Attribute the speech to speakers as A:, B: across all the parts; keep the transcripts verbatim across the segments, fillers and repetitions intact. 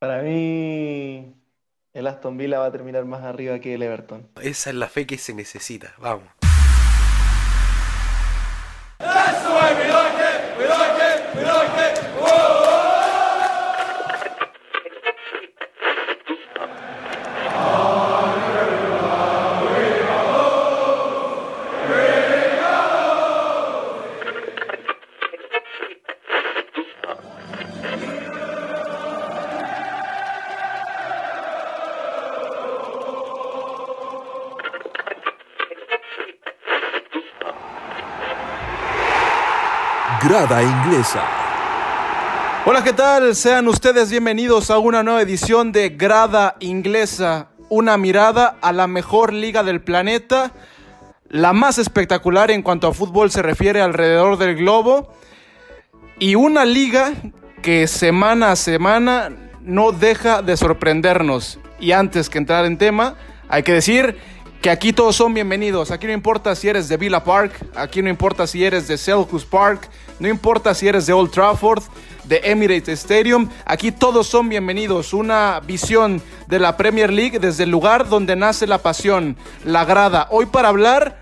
A: Para mí, el Aston Villa va a terminar más arriba que el Everton.
B: Esa es la fe que se necesita. Vamos.
C: Grada Inglesa.
D: Hola, ¿qué tal? Sean ustedes bienvenidos a una nueva edición de Grada Inglesa, una mirada a la mejor liga del planeta, la más espectacular en cuanto a fútbol se refiere alrededor del globo, y una liga que semana a semana no deja de sorprendernos. Y antes que entrar en tema, hay que decir que aquí todos son bienvenidos. Aquí no importa si eres de Villa Park, aquí no importa si eres de Selhurst Park, no importa si eres de Old Trafford, de Emirates Stadium, aquí todos son bienvenidos. Una visión de la Premier League desde el lugar donde nace la pasión, la grada. Hoy para hablar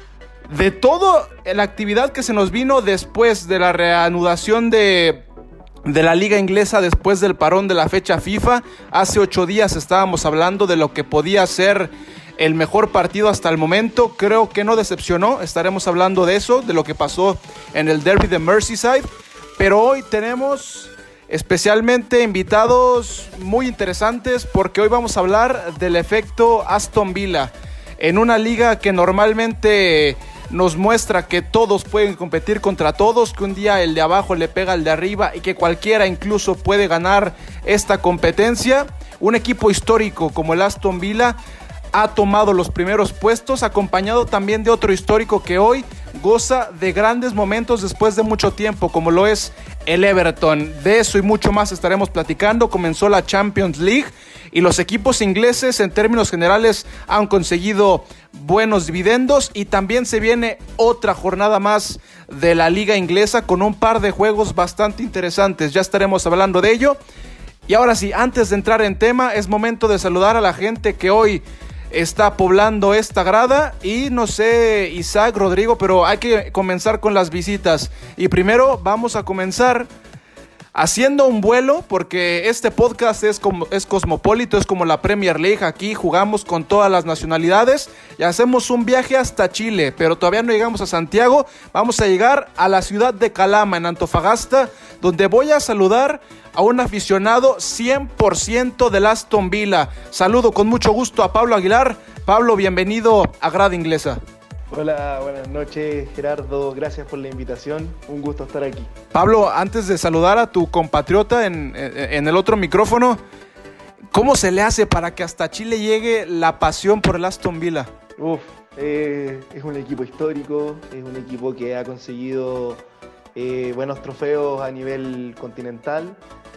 D: de toda la actividad que se nos vino después de la reanudación de... de la liga inglesa después del parón de la fecha FIFA. Hace ocho días estábamos hablando de lo que podía ser el mejor partido hasta el momento. Creo que no decepcionó. Estaremos hablando de eso, de lo que pasó en el derby de Merseyside. Pero hoy tenemos especialmente invitados muy interesantes, porque hoy vamos a hablar del efecto Aston Villa en una liga que normalmente nos muestra que todos pueden competir contra todos, que un día el de abajo le pega al de arriba y que cualquiera incluso puede ganar esta competencia. Un equipo histórico como el Aston Villa ha tomado los primeros puestos, acompañado también de otro histórico que hoy goza de grandes momentos después de mucho tiempo, como lo es el Everton. De eso y mucho más estaremos platicando. Comenzó la Champions League y los equipos ingleses en términos generales han conseguido buenos dividendos, y también se viene otra jornada más de la liga inglesa con un par de juegos bastante interesantes. Ya estaremos hablando de ello. Y ahora sí, antes de entrar en tema, es momento de saludar a la gente que hoy está poblando esta grada. Y no sé, Isaac, Rodrigo, pero hay que comenzar con las visitas. Y primero vamos a comenzar haciendo un vuelo, porque este podcast es, como, es cosmopolito, es como la Premier League. Aquí jugamos con todas las nacionalidades y hacemos un viaje hasta Chile, pero todavía no llegamos a Santiago. Vamos a llegar a la ciudad de Calama, en Antofagasta, donde voy a saludar a un aficionado cien por ciento del Aston Villa. Saludo con mucho gusto a Pablo Aguilar. Pablo, bienvenido a Grada Inglesa.
A: Hola, buenas noches, Gerardo. Gracias por la invitación. Un gusto estar aquí.
D: Pablo, antes de saludar a tu compatriota en, en el otro micrófono, ¿cómo se le hace para que hasta Chile llegue la pasión por el Aston Villa?
A: Uf, eh, es un equipo histórico, es un equipo que ha conseguido eh, buenos trofeos a nivel continental.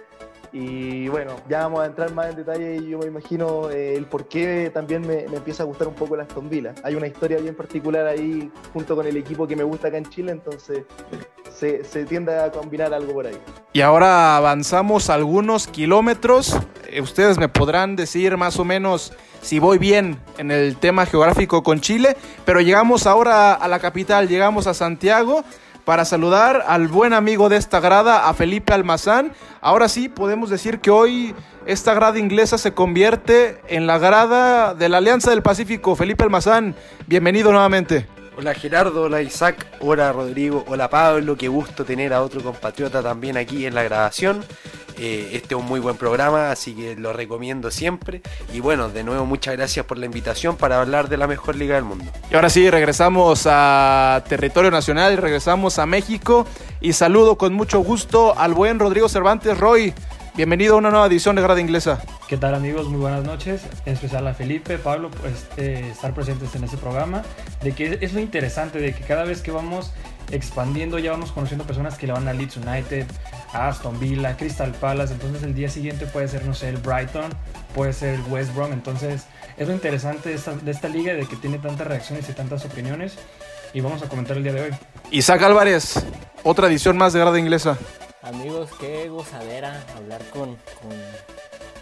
A: Y bueno, ya vamos a entrar más en detalle, y yo me imagino eh, el por qué también me, me empieza a gustar un poco el Aston Villa. Hay una historia bien particular ahí junto con el equipo que me gusta acá en Chile, entonces se, se tiende a combinar algo por ahí.
D: Y ahora avanzamos algunos kilómetros. Eh, ustedes me podrán decir más o menos si voy bien en el tema geográfico con Chile, pero llegamos ahora a la capital, llegamos a Santiago, para saludar al buen amigo de esta grada, a Felipe Almazán. Ahora sí, podemos decir que hoy esta grada inglesa se convierte en la grada de la Alianza del Pacífico. Felipe Almazán, bienvenido nuevamente.
B: Hola Gerardo, hola Isaac, hola Rodrigo, hola Pablo. Qué gusto tener a otro compatriota también aquí en la grabación. Eh, este es un muy buen programa, así que lo recomiendo siempre. Y bueno, de nuevo muchas gracias por la invitación para hablar de la mejor liga del mundo.
D: Y ahora sí, regresamos a territorio nacional, regresamos a México, y saludo con mucho gusto al buen Rodrigo Cervantes. Roy, bienvenido a una nueva edición de Grada Inglesa.
E: ¿Qué tal, amigos? Muy buenas noches. En especial a Felipe, Pablo, pues eh, estar presentes en este programa. De que es lo interesante de que cada vez que vamos expandiendo, ya vamos conociendo personas que le van a Leeds United, a Aston Villa, Crystal Palace. Entonces el día siguiente puede ser, no sé, el Brighton, puede ser el West Brom. Entonces es lo interesante de esta, de esta liga, de que tiene tantas reacciones y tantas opiniones. Y vamos a comentar el día de hoy.
D: Isaac Álvarez, otra edición más de Grada Inglesa.
F: Amigos, qué gozadera hablar con, con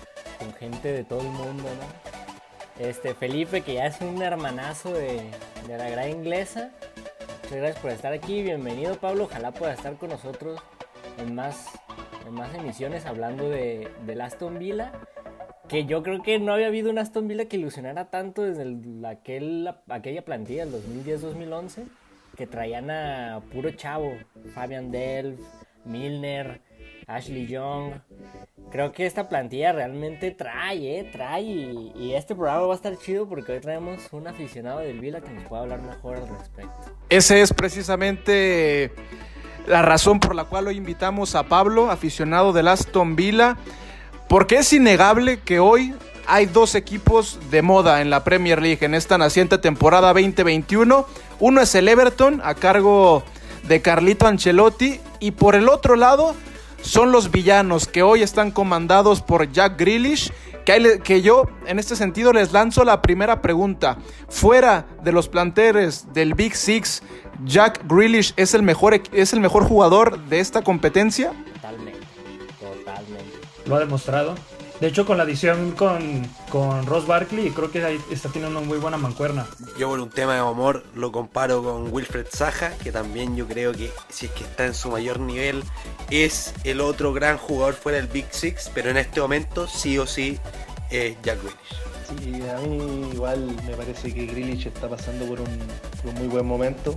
C: con gente de todo el mundo, ¿no? Este, Felipe, que ya es un hermanazo de, de la grada inglesa. Muchas gracias por estar aquí. Bienvenido, Pablo. Ojalá pueda estar con nosotros en más, en más emisiones hablando de, del Aston Villa. Que yo creo que no había habido un Aston Villa que ilusionara tanto desde el, aquel, aquella plantilla del dos mil diez dos mil once, que traían a puro chavo. Fabian Delph, Milner, Ashley Young. Creo que esta plantilla realmente trae, eh, trae. Y, y este programa va a estar chido porque hoy traemos un aficionado del Villa que nos puede hablar mejor al respecto.
D: Esa es precisamente la razón por la cual hoy invitamos a Pablo, aficionado del Aston Villa, porque es innegable que hoy hay dos equipos de moda en la Premier League en esta naciente temporada veinte veintiuno. Uno es el Everton, a cargo de Carlito Ancelotti, y por el otro lado son los villanos, que hoy están comandados por Jack Grealish, que, hay, que yo en este sentido les lanzo la primera pregunta. Fuera de los planteles del Big Six, ¿Jack Grealish es el mejor, es el mejor jugador de esta competencia?
C: Totalmente, totalmente.
E: Lo ha demostrado. De hecho, con la adición con, con Ross Barkley, creo que ahí está teniendo una muy buena mancuerna.
B: Yo por un tema de amor lo comparo con Wilfred Zaha, que también yo creo que si es que está en su mayor nivel es el otro gran jugador fuera del Big Six, pero en este momento sí o sí es Jack Grealish.
A: Sí, a mí igual me parece que Grealish está pasando por un, por un muy buen momento.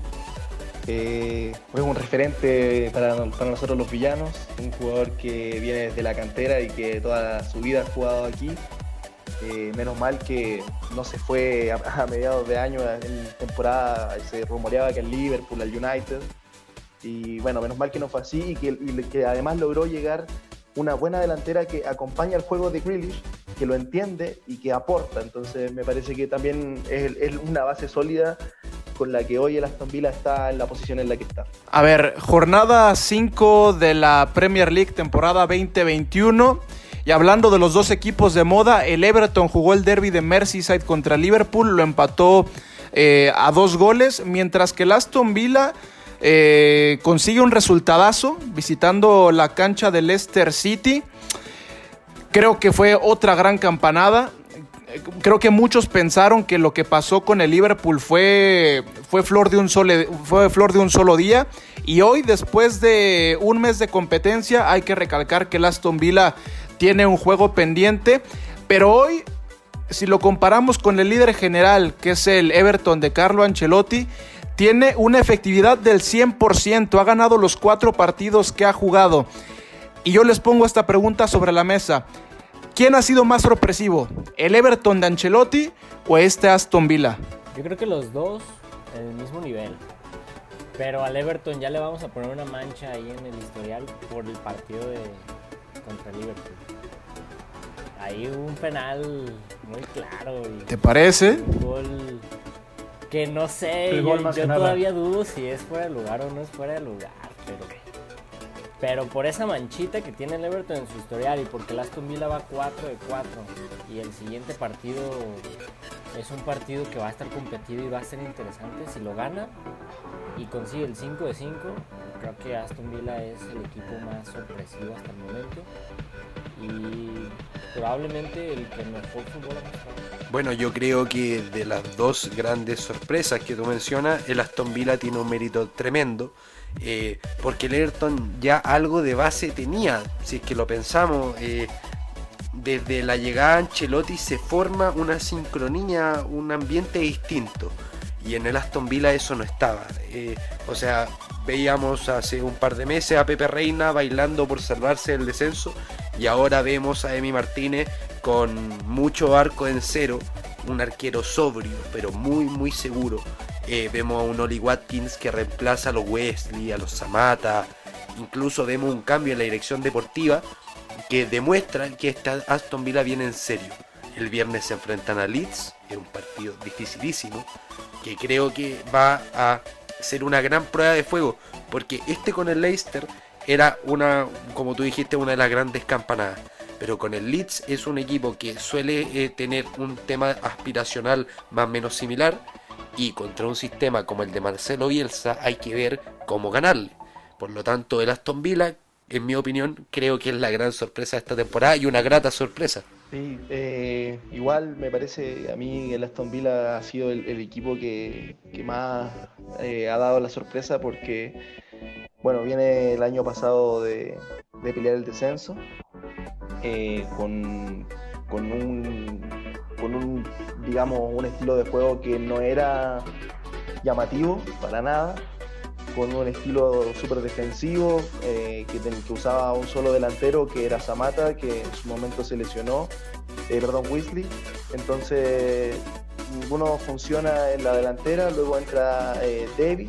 A: Eh, es un referente para, para nosotros los villanos, un jugador que viene desde la cantera y que toda su vida ha jugado aquí. Eh, menos mal que no se fue a, a mediados de año en temporada, se rumoreaba que el Liverpool, al United, y bueno, menos mal que no fue así y que, y que además logró llegar una buena delantera que acompaña el juego de Grealish, que lo entiende y que aporta. Entonces me parece que también es, es una base sólida con la que hoy el Aston Villa está en la posición en la que está.
D: A ver, jornada cinco de la Premier League, temporada veinte veintiuno. Y hablando de los dos equipos de moda, el Everton jugó el derby de Merseyside contra Liverpool, lo empató eh, a dos goles, mientras que el Aston Villa eh, consigue un resultadazo visitando la cancha de Leicester City. Creo que fue otra gran campanada. Creo que muchos pensaron que lo que pasó con el Liverpool fue, fue, flor de un solo, fue flor de un solo día. Y hoy, después de un mes de competencia, hay que recalcar que el Aston Villa tiene un juego pendiente. Pero hoy, si lo comparamos con el líder general, que es el Everton de Carlo Ancelotti, tiene una efectividad del cien por ciento. Ha ganado los cuatro partidos que ha jugado. Y yo les pongo esta pregunta sobre la mesa. ¿Quién ha sido más sorpresivo? ¿El Everton de Ancelotti o este Aston Villa?
C: Yo creo que los dos en el mismo nivel. Pero al Everton ya le vamos a poner una mancha ahí en el historial por el partido de contra el Liverpool. Ahí hubo un penal muy claro. Y
D: ¿te parece?
C: Un gol que no sé,
E: el
C: yo,
E: gol más
C: yo
E: que nada.
C: todavía dudo si es fuera de lugar o no es fuera de lugar, pero... Pero por esa manchita que tiene el Everton en su historial y porque el Aston Villa va cuatro de cuatro y el siguiente partido es un partido que va a estar competido y va a ser interesante, si lo gana y consigue el cinco de cinco, creo que Aston Villa es el equipo más sorpresivo hasta el momento y probablemente el que mejor fútbol ha mostrado.
B: Bueno, yo creo que de las dos grandes sorpresas que tú mencionas, el Aston Villa tiene un mérito tremendo. Eh, porque el Everton ya algo de base tenía, si es que lo pensamos, eh, desde la llegada de Ancelotti se forma una sincronía, un ambiente distinto, y en el Aston Villa eso no estaba. Eh, o sea, veíamos hace un par de meses a Pepe Reina bailando por salvarse del descenso, y ahora vemos a Emi Martínez con mucho arco en cero, un arquero sobrio, pero muy muy seguro. Eh, vemos a un Oli Watkins que reemplaza a los Wesley, a los Samata. Incluso vemos un cambio en la dirección deportiva que demuestra que esta Aston Villa viene en serio. El viernes se enfrentan a Leeds, es un partido dificilísimo, que creo que va a ser una gran prueba de fuego, porque este con el Leicester era una, como tú dijiste, una de las grandes campanadas. Pero con el Leeds es un equipo que suele eh, tener un tema aspiracional más o menos similar. Y contra un sistema como el de Marcelo Bielsa hay que ver cómo ganarle. Por lo tanto, el Aston Villa, en mi opinión, creo que es la gran sorpresa de esta temporada y una grata sorpresa.
A: Sí, eh, igual me parece a mí el Aston Villa ha sido el, el equipo que, que más eh, ha dado la sorpresa porque, bueno, viene el año pasado de, de pelear el descenso eh, con, con, un, con un, digamos, un estilo de juego que no era llamativo para nada, con un estilo súper defensivo, eh, que, ten, que usaba un solo delantero, que era Samatta, que en su momento se lesionó, eh, perdón, Weasley. Entonces, ninguno funciona en la delantera, luego entra eh, Davis,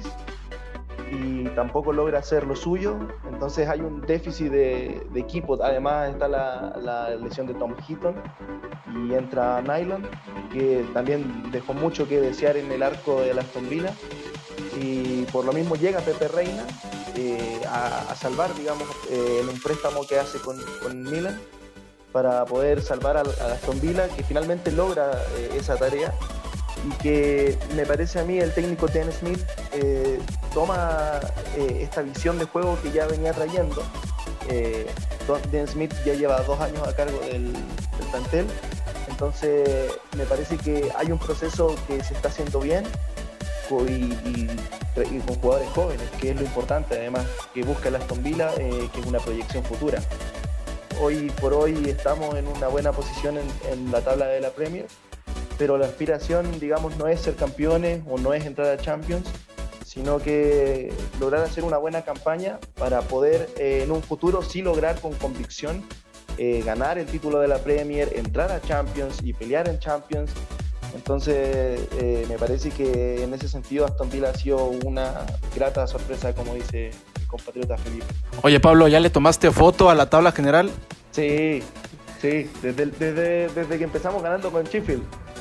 A: y tampoco logra hacer lo suyo, entonces hay un déficit de, de equipo. Además está la, la lesión de Tom Heaton, y entra Nyland, que también dejó mucho que desear en el arco de Aston Villa. Y por lo mismo llega Pepe Reina eh, a, a salvar, digamos, eh, en un préstamo que hace con, con Milan para poder salvar a, a Aston Villa, que finalmente logra eh, esa tarea, y que me parece a mí el técnico Dan Smith eh, toma eh, esta visión de juego que ya venía trayendo. Eh, Dan Smith ya lleva dos años a cargo del, del plantel, entonces me parece que hay un proceso que se está haciendo bien. Y, y, y con jugadores jóvenes, que es lo importante, además, que busca el Aston Villa, eh, que es una proyección futura. Hoy por hoy estamos en una buena posición en, en la tabla de la Premier, pero la aspiración, digamos, no es ser campeones o no es entrar a Champions, sino que lograr hacer una buena campaña para poder eh, en un futuro sí lograr con convicción eh, ganar el título de la Premier, entrar a Champions y pelear en Champions. Entonces eh, me parece que en ese sentido Aston Villa ha sido una grata sorpresa, como dice el compatriota Felipe.
D: Oye, Pablo, ¿ya le tomaste foto a la tabla general?
A: Sí, sí, desde, desde, desde que empezamos ganando con Sheffield.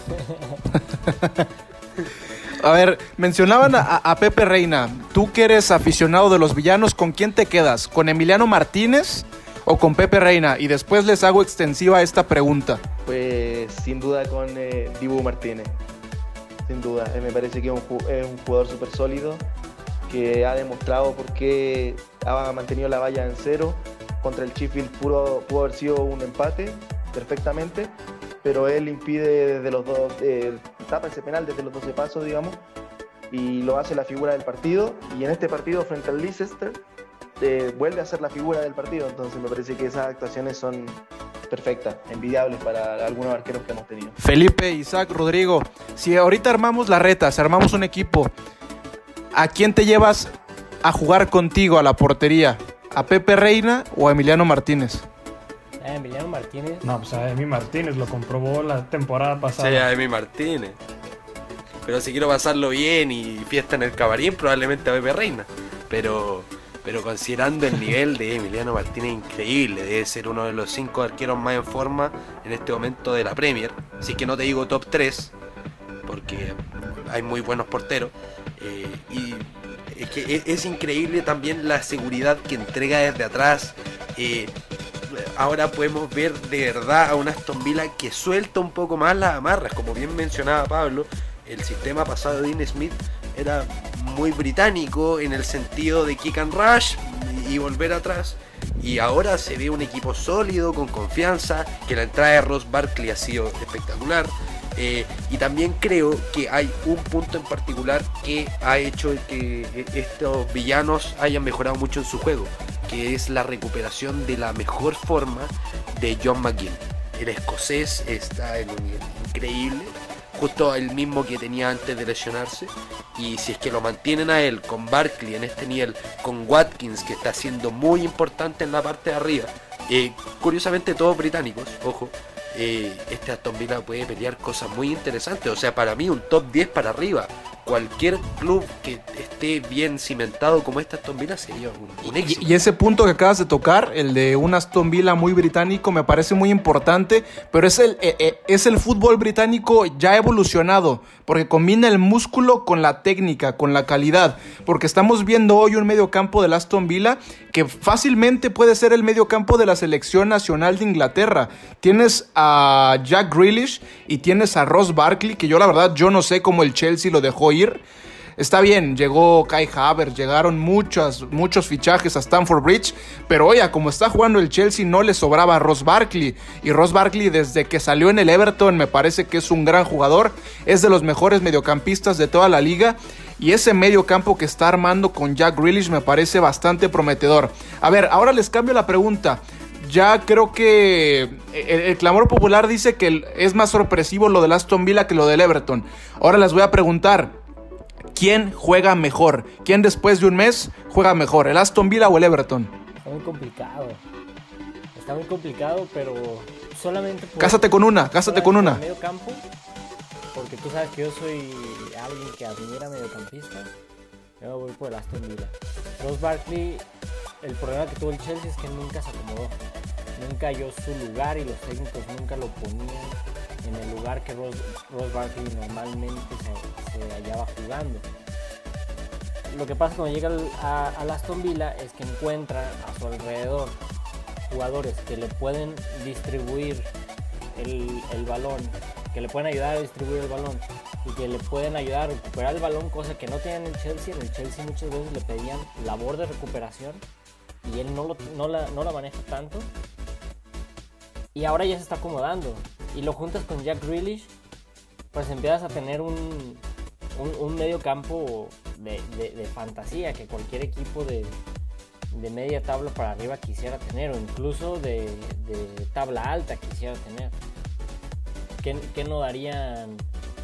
D: A ver, mencionaban a, a Pepe Reina. Tú que eres aficionado de los villanos, ¿con quién te quedas? ¿Con Emiliano Martínez o con Pepe Reina? Y después les hago extensiva esta pregunta.
A: Pues sin duda con eh, Dibu Martínez, sin duda. Eh, me parece que es un, es un jugador súper sólido, que ha demostrado por qué ha mantenido la valla en cero. Contra el Sheffield pudo, pudo haber sido un empate perfectamente, pero él impide desde los dos, eh, tapa ese penal desde los doce pasos, digamos, y lo hace la figura del partido. Y en este partido frente al Leicester eh, vuelve a ser la figura del partido. Entonces me parece que esas actuaciones son perfectas, envidiables para algunos arqueros que hemos tenido.
D: Felipe, Isaac, Rodrigo, si ahorita armamos la reta, si armamos un equipo, ¿a quién te llevas a jugar contigo a la portería? ¿A Pepe Reina o a Emiliano Martínez?
C: ¿A Emiliano Martínez?
E: No, pues a Emi Martínez lo comprobó la temporada pasada.
B: Sí, a Emi Martínez. Pero si quiero pasarlo bien y fiesta en el Camarín, probablemente a Pepe Reina. Pero... Pero considerando el nivel de Emiliano Martínez, increíble, debe ser uno de los cinco arqueros más en forma en este momento de la Premier. Si es que no te digo top tres, porque hay muy buenos porteros. Eh, y es que es, es increíble también la seguridad que entrega desde atrás. Eh, ahora podemos ver de verdad a un Aston Villa que suelta un poco más las amarras. Como bien mencionaba Pablo, el sistema pasado de Dean Smith era muy británico en el sentido de kick and rush y volver atrás, y ahora se ve un equipo sólido, con confianza, que la entrada de Ross Barkley ha sido espectacular, eh, y también creo que hay un punto en particular que ha hecho que estos villanos hayan mejorado mucho en su juego, que es la recuperación de la mejor forma de John McGinn. El escocés está en un nivel increíble, justo el mismo que tenía antes de lesionarse, y si es que lo mantienen a él con Barkley en este nivel, con Watkins, que está siendo muy importante en la parte de arriba, eh, curiosamente todos británicos, ojo, eh, este Aston Villa puede pelear cosas muy interesantes. O sea, para mí un top diez para arriba, cualquier club que esté bien cimentado como este Aston Villa sería un, un éxito.
D: Y, y ese punto que acabas de tocar, el de un Aston Villa muy británico, me parece muy importante, pero es el, eh, es el fútbol británico ya evolucionado, porque combina el músculo con la técnica, con la calidad, porque estamos viendo hoy un mediocampo del Aston Villa que fácilmente puede ser el mediocampo de la selección nacional de Inglaterra. Tienes a Jack Grealish y tienes a Ross Barkley, que yo la verdad yo no sé cómo el Chelsea lo dejó ir. está bien, llegó Kai Havertz, llegaron muchos, muchos fichajes a Stamford Bridge, pero oye, como está jugando el Chelsea, no le sobraba a Ross Barkley, y Ross Barkley desde que salió en el Everton me parece que es un gran jugador, es de los mejores mediocampistas de toda la liga, y ese medio campo que está armando con Jack Grealish me parece bastante prometedor. A ver, ahora les cambio la pregunta. Ya creo que el, el clamor popular dice que es más sorpresivo lo del Aston Villa que lo del Everton. Ahora les voy a preguntar, ¿quién juega mejor? ¿Quién después de un mes juega mejor? ¿El Aston Villa o el Everton?
C: Está muy complicado. Está muy complicado, pero solamente por...
D: Cásate con una, cásate con una.
C: Medio campo, porque tú sabes que yo soy alguien que admira mediocampistas. Yo voy por el Aston Villa. Ross Barkley, el problema que tuvo el Chelsea es que nunca se acomodó. Nunca halló su lugar y los técnicos nunca lo ponían en el lugar que Ross, Ross Barkley normalmente se, se hallaba jugando. Lo que pasa cuando llega al, a, al Aston Villa es que encuentra a su alrededor jugadores que le pueden distribuir el, el balón, que le pueden ayudar a distribuir el balón y que le pueden ayudar a recuperar el balón, cosa que no tenían en el Chelsea. En el Chelsea muchas veces le pedían labor de recuperación y él no, lo, no, la, no la maneja tanto, y ahora ya se está acomodando y lo juntas con Jack Grealish, pues empiezas a tener un, un, un medio campo de, de, de fantasía que cualquier equipo de, de media tabla para arriba quisiera tener, o incluso de, de tabla alta quisiera tener. ¿Qué, qué no darían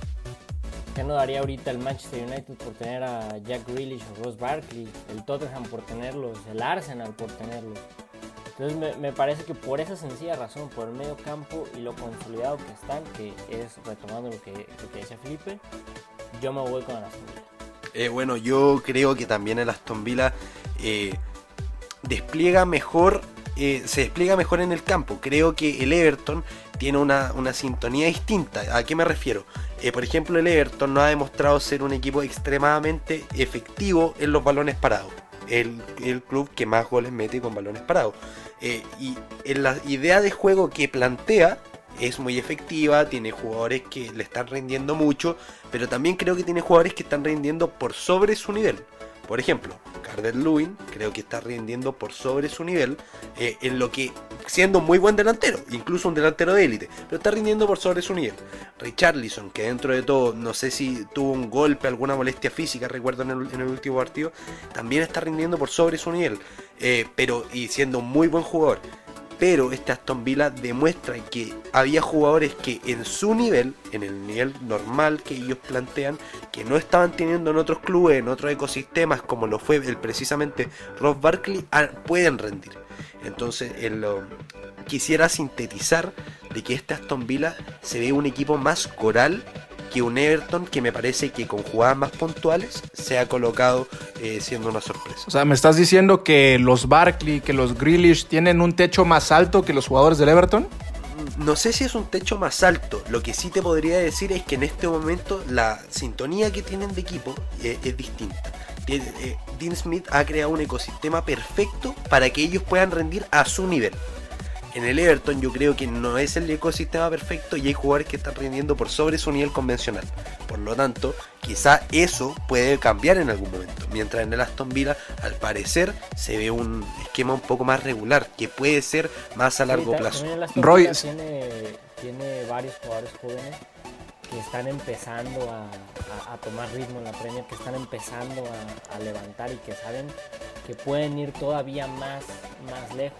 C: ¿Qué no daría ahorita el Manchester United por tener a Jack Grealish o Ross Barkley? El Tottenham por tenerlos, el Arsenal por tenerlos. Entonces me, me parece que por esa sencilla razón, por el medio campo y lo consolidado que están, que es, retomando lo que, lo que decía Felipe, yo me voy con el Aston Villa.
B: Eh, bueno, yo creo que también el Aston Villa eh, despliega mejor, eh, se despliega mejor en el campo. Creo que el Everton tiene una, una sintonía distinta. ¿A qué me refiero? Eh, por ejemplo, el Everton no ha demostrado ser un equipo extremadamente efectivo en los balones parados. El, el club que más goles mete con balones parados. Eh, y en la idea de juego que plantea es muy efectiva, tiene jugadores que le están rindiendo mucho, pero también creo que tiene jugadores que están rindiendo por sobre su nivel. Por ejemplo, Calvert-Lewin creo que está rindiendo por sobre su nivel, eh, en lo que, siendo un muy buen delantero, incluso un delantero de élite, pero está rindiendo por sobre su nivel. Richarlison, que dentro de todo, no sé si tuvo un golpe, alguna molestia física, recuerdo en el, en el último partido, también está rindiendo por sobre su nivel, eh, pero y siendo un muy buen jugador. Pero este Aston Villa demuestra que había jugadores que en su nivel, en el nivel normal que ellos plantean, que no estaban teniendo en otros clubes, en otros ecosistemas, como lo fue el precisamente Ross Barkley, pueden rendir. Entonces, el, uh, quisiera sintetizar de que este Aston Villa se ve un equipo más coral que un Everton que me parece que con jugadas más puntuales se ha colocado eh, siendo una sorpresa.
D: O sea, ¿me estás diciendo que los Barkley, que los Grealish tienen un techo más alto que los jugadores del Everton?
B: No sé si es un techo más alto. Lo que sí te podría decir es que en este momento la sintonía que tienen de equipo eh, es distinta. Eh, Dean Smith ha creado un ecosistema perfecto para que ellos puedan rendir a su nivel. En el Everton yo creo que no es el ecosistema perfecto y hay jugadores que están rindiendo por sobre su nivel convencional. Por lo tanto, quizá eso puede cambiar en algún momento. Mientras en el Aston Villa, al parecer, se ve un esquema un poco más regular, que puede ser más a largo
C: sí,
B: plazo.
C: El Aston
D: Roy
C: Villa tiene, tiene varios jugadores jóvenes que están empezando a, a, a tomar ritmo en la Premier, que están empezando a, a levantar y que saben que pueden ir todavía más, más lejos.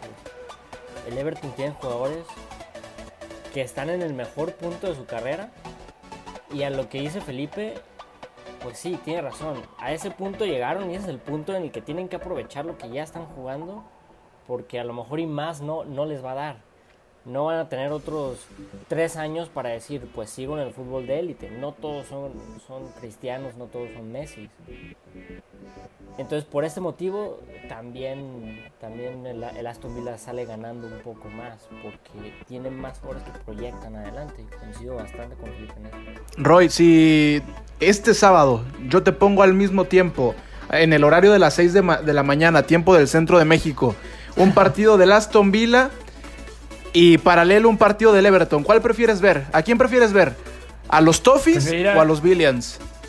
C: El Everton tiene jugadores que están en el mejor punto de su carrera, y a lo que dice Felipe, pues sí, tiene razón. A ese punto llegaron y ese es el punto en el que tienen que aprovechar lo que ya están jugando, porque a lo mejor y más no, no les va a dar. No van a tener otros tres años para decir, pues sigo en el fútbol de élite. No todos son, son cristianos, no todos son Messi. Entonces, por este motivo, también, también el, el Aston Villa sale ganando un poco más, porque tienen más jugadores que proyectan adelante. Y coincido bastante con Felipe en eso.
D: Roy, si este sábado yo te pongo al mismo tiempo, en el horario de las seis de, ma- de la mañana, tiempo del centro de México, un partido del Aston Villa y paralelo un partido del Everton, ¿cuál prefieres ver? ¿A quién prefieres ver? ¿A los Toffees
E: Preferiría...
D: o a los Billions?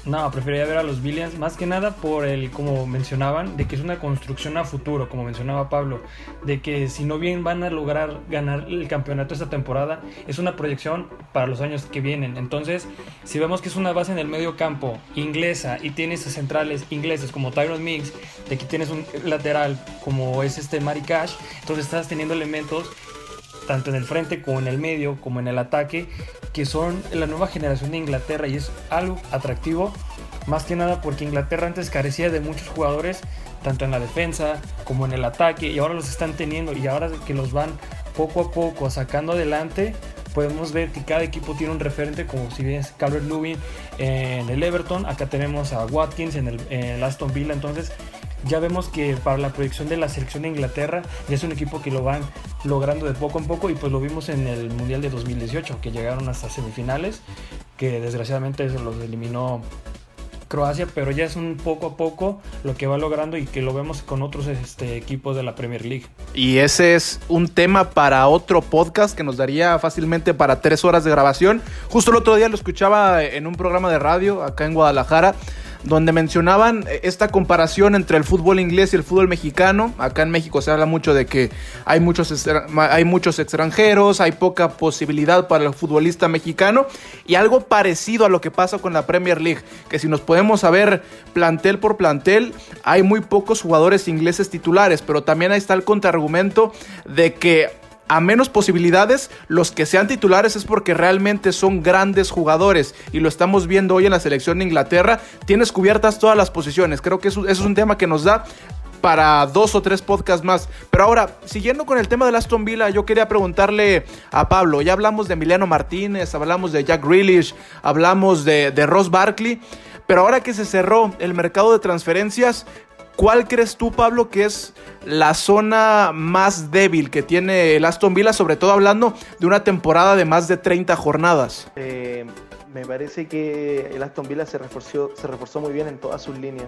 E: No, preferiría ver a los Billions, más que nada por el, como mencionaban, de que es una construcción a futuro, como mencionaba Pablo, de que si no bien van a lograr ganar el campeonato esta temporada, es una proyección para los años que vienen. Entonces, si vemos que es una base en el medio campo inglesa y tienes a centrales ingleses como Tyrone Mings, de que tienes un lateral como es este Matty Cash, entonces estás teniendo elementos tanto en el frente como en el medio como en el ataque que son la nueva generación de Inglaterra, y es algo atractivo, más que nada porque Inglaterra antes carecía de muchos jugadores tanto en la defensa como en el ataque, y ahora los están teniendo, y ahora que los van poco a poco sacando adelante, podemos ver que cada equipo tiene un referente, como si bien es Calvert-Lewin en el Everton, acá tenemos a Watkins en el, en el Aston Villa. Entonces ya vemos que para la proyección de la selección de Inglaterra ya es un equipo que lo van logrando de poco en poco, y pues lo vimos en el Mundial de dos mil dieciocho, que llegaron hasta semifinales, que desgraciadamente se los eliminó Croacia, pero ya es un poco a poco lo que va logrando, y que lo vemos con otros este, equipos de la Premier League.
D: Y ese es un tema para otro podcast que nos daría fácilmente para tres horas de grabación. Justo el otro día lo escuchaba en un programa de radio acá en Guadalajara, donde mencionaban esta comparación entre el fútbol inglés y el fútbol mexicano. Acá en México se habla mucho de que hay muchos, hay muchos extranjeros, hay poca posibilidad para el futbolista mexicano, y algo parecido a lo que pasa con la Premier League, que si nos podemos saber plantel por plantel, hay muy pocos jugadores ingleses titulares, pero también ahí está el contraargumento de que a menos posibilidades, los que sean titulares es porque realmente son grandes jugadores, y lo estamos viendo hoy en la selección de Inglaterra. Tienes cubiertas todas las posiciones. Creo que eso, eso es un tema que nos da para dos o tres podcasts más. Pero ahora, siguiendo con el tema del Aston Villa, yo quería preguntarle a Pablo. Ya hablamos de Emiliano Martínez, hablamos de Jack Grealish, hablamos de, de Ross Barkley, pero ahora que se cerró el mercado de transferencias, ¿cuál crees tú, Pablo, que es la zona más débil que tiene el Aston Villa, sobre todo hablando de una temporada de más de treinta jornadas?
A: Eh, me parece que el Aston Villa se reforzó, se reforzó muy bien en todas sus líneas.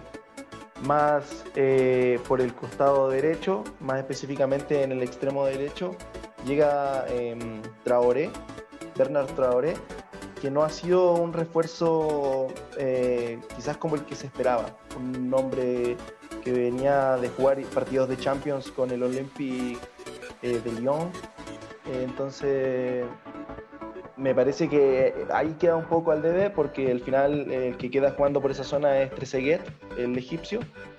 A: Más eh, por el costado derecho, más específicamente en el extremo derecho, llega eh, Traoré, Bernard Traoré, que no ha sido un refuerzo eh, quizás como el que se esperaba. Un hombre que venía de jugar partidos de Champions con el Olympique eh, de Lyon. Eh, entonces me parece que ahí queda un poco al debe, porque al final eh, el que queda jugando por esa zona es Trezeguet, el egipcio,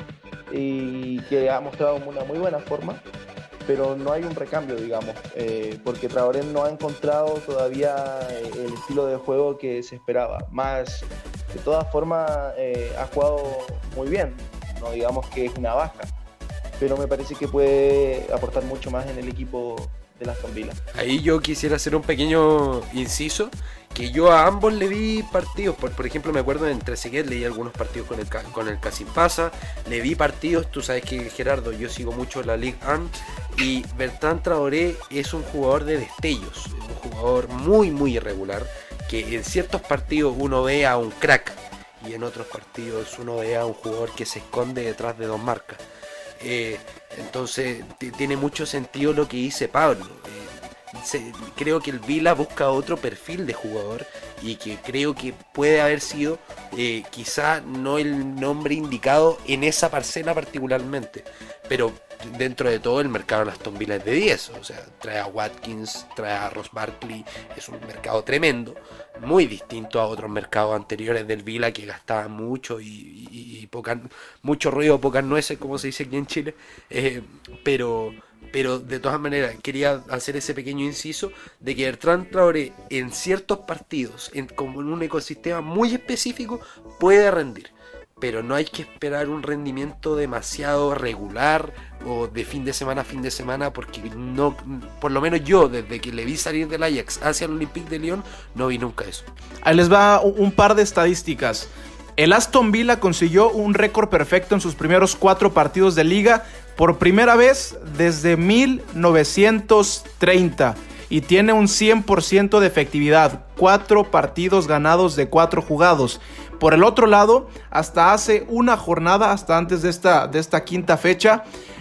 A: y que ha mostrado una muy buena forma, pero no hay un recambio, digamos, eh, porque Traoré no ha encontrado todavía el estilo de juego que se esperaba. Más, de todas formas, eh, ha jugado muy bien, no digamos que es una baja, pero me parece que puede aportar mucho más en el equipo de Aston Villa.
B: Ahí yo quisiera hacer un pequeño inciso, que yo a ambos le vi partidos. Por, por ejemplo, me acuerdo en Trezeguet leí algunos partidos con el, con el Kasimpasa, le vi partidos, tú sabes que, Gerardo, yo sigo mucho la Ligue uno, y Bertrand Traoré es un jugador de destellos, un jugador muy muy irregular, que en ciertos partidos uno ve a un crack y en otros partidos uno ve a un jugador que se esconde detrás de dos marcas. Eh, entonces t- tiene mucho sentido lo que dice Pablo. Eh, se, creo que el Villa busca otro perfil de jugador, y que creo que puede haber sido eh, quizá no el nombre indicado en esa parcela particularmente, pero dentro de todo el mercado de Aston Villa es de diez. O sea, trae a Watkins, trae a Ross Barkley, es un mercado tremendo, muy distinto a otros mercados anteriores del Villa, que gastaban mucho y, y, y poca, mucho ruido, pocas nueces, como se dice aquí en Chile, eh, pero pero de todas maneras quería hacer ese pequeño inciso de que Bertrand Traoré en ciertos partidos, en, como en un ecosistema muy específico, puede rendir, pero no hay que esperar un rendimiento demasiado regular o de fin de semana a fin de semana, porque no, por lo menos yo, desde que le vi salir del Ajax hacia el Olympique de Lyon, no vi nunca eso.
D: Ahí les va un par de estadísticas. El Aston Villa consiguió un récord perfecto en sus primeros cuatro partidos de liga por primera vez desde mil novecientos treinta, y tiene un cien por ciento de efectividad, cuatro partidos ganados de cuatro jugados. Por el otro lado, hasta hace una jornada, hasta antes de esta, de esta quinta fecha,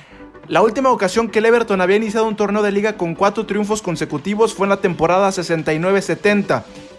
D: la última ocasión que el Everton había iniciado un torneo de liga con cuatro triunfos consecutivos fue en la temporada sesenta y nueve setenta,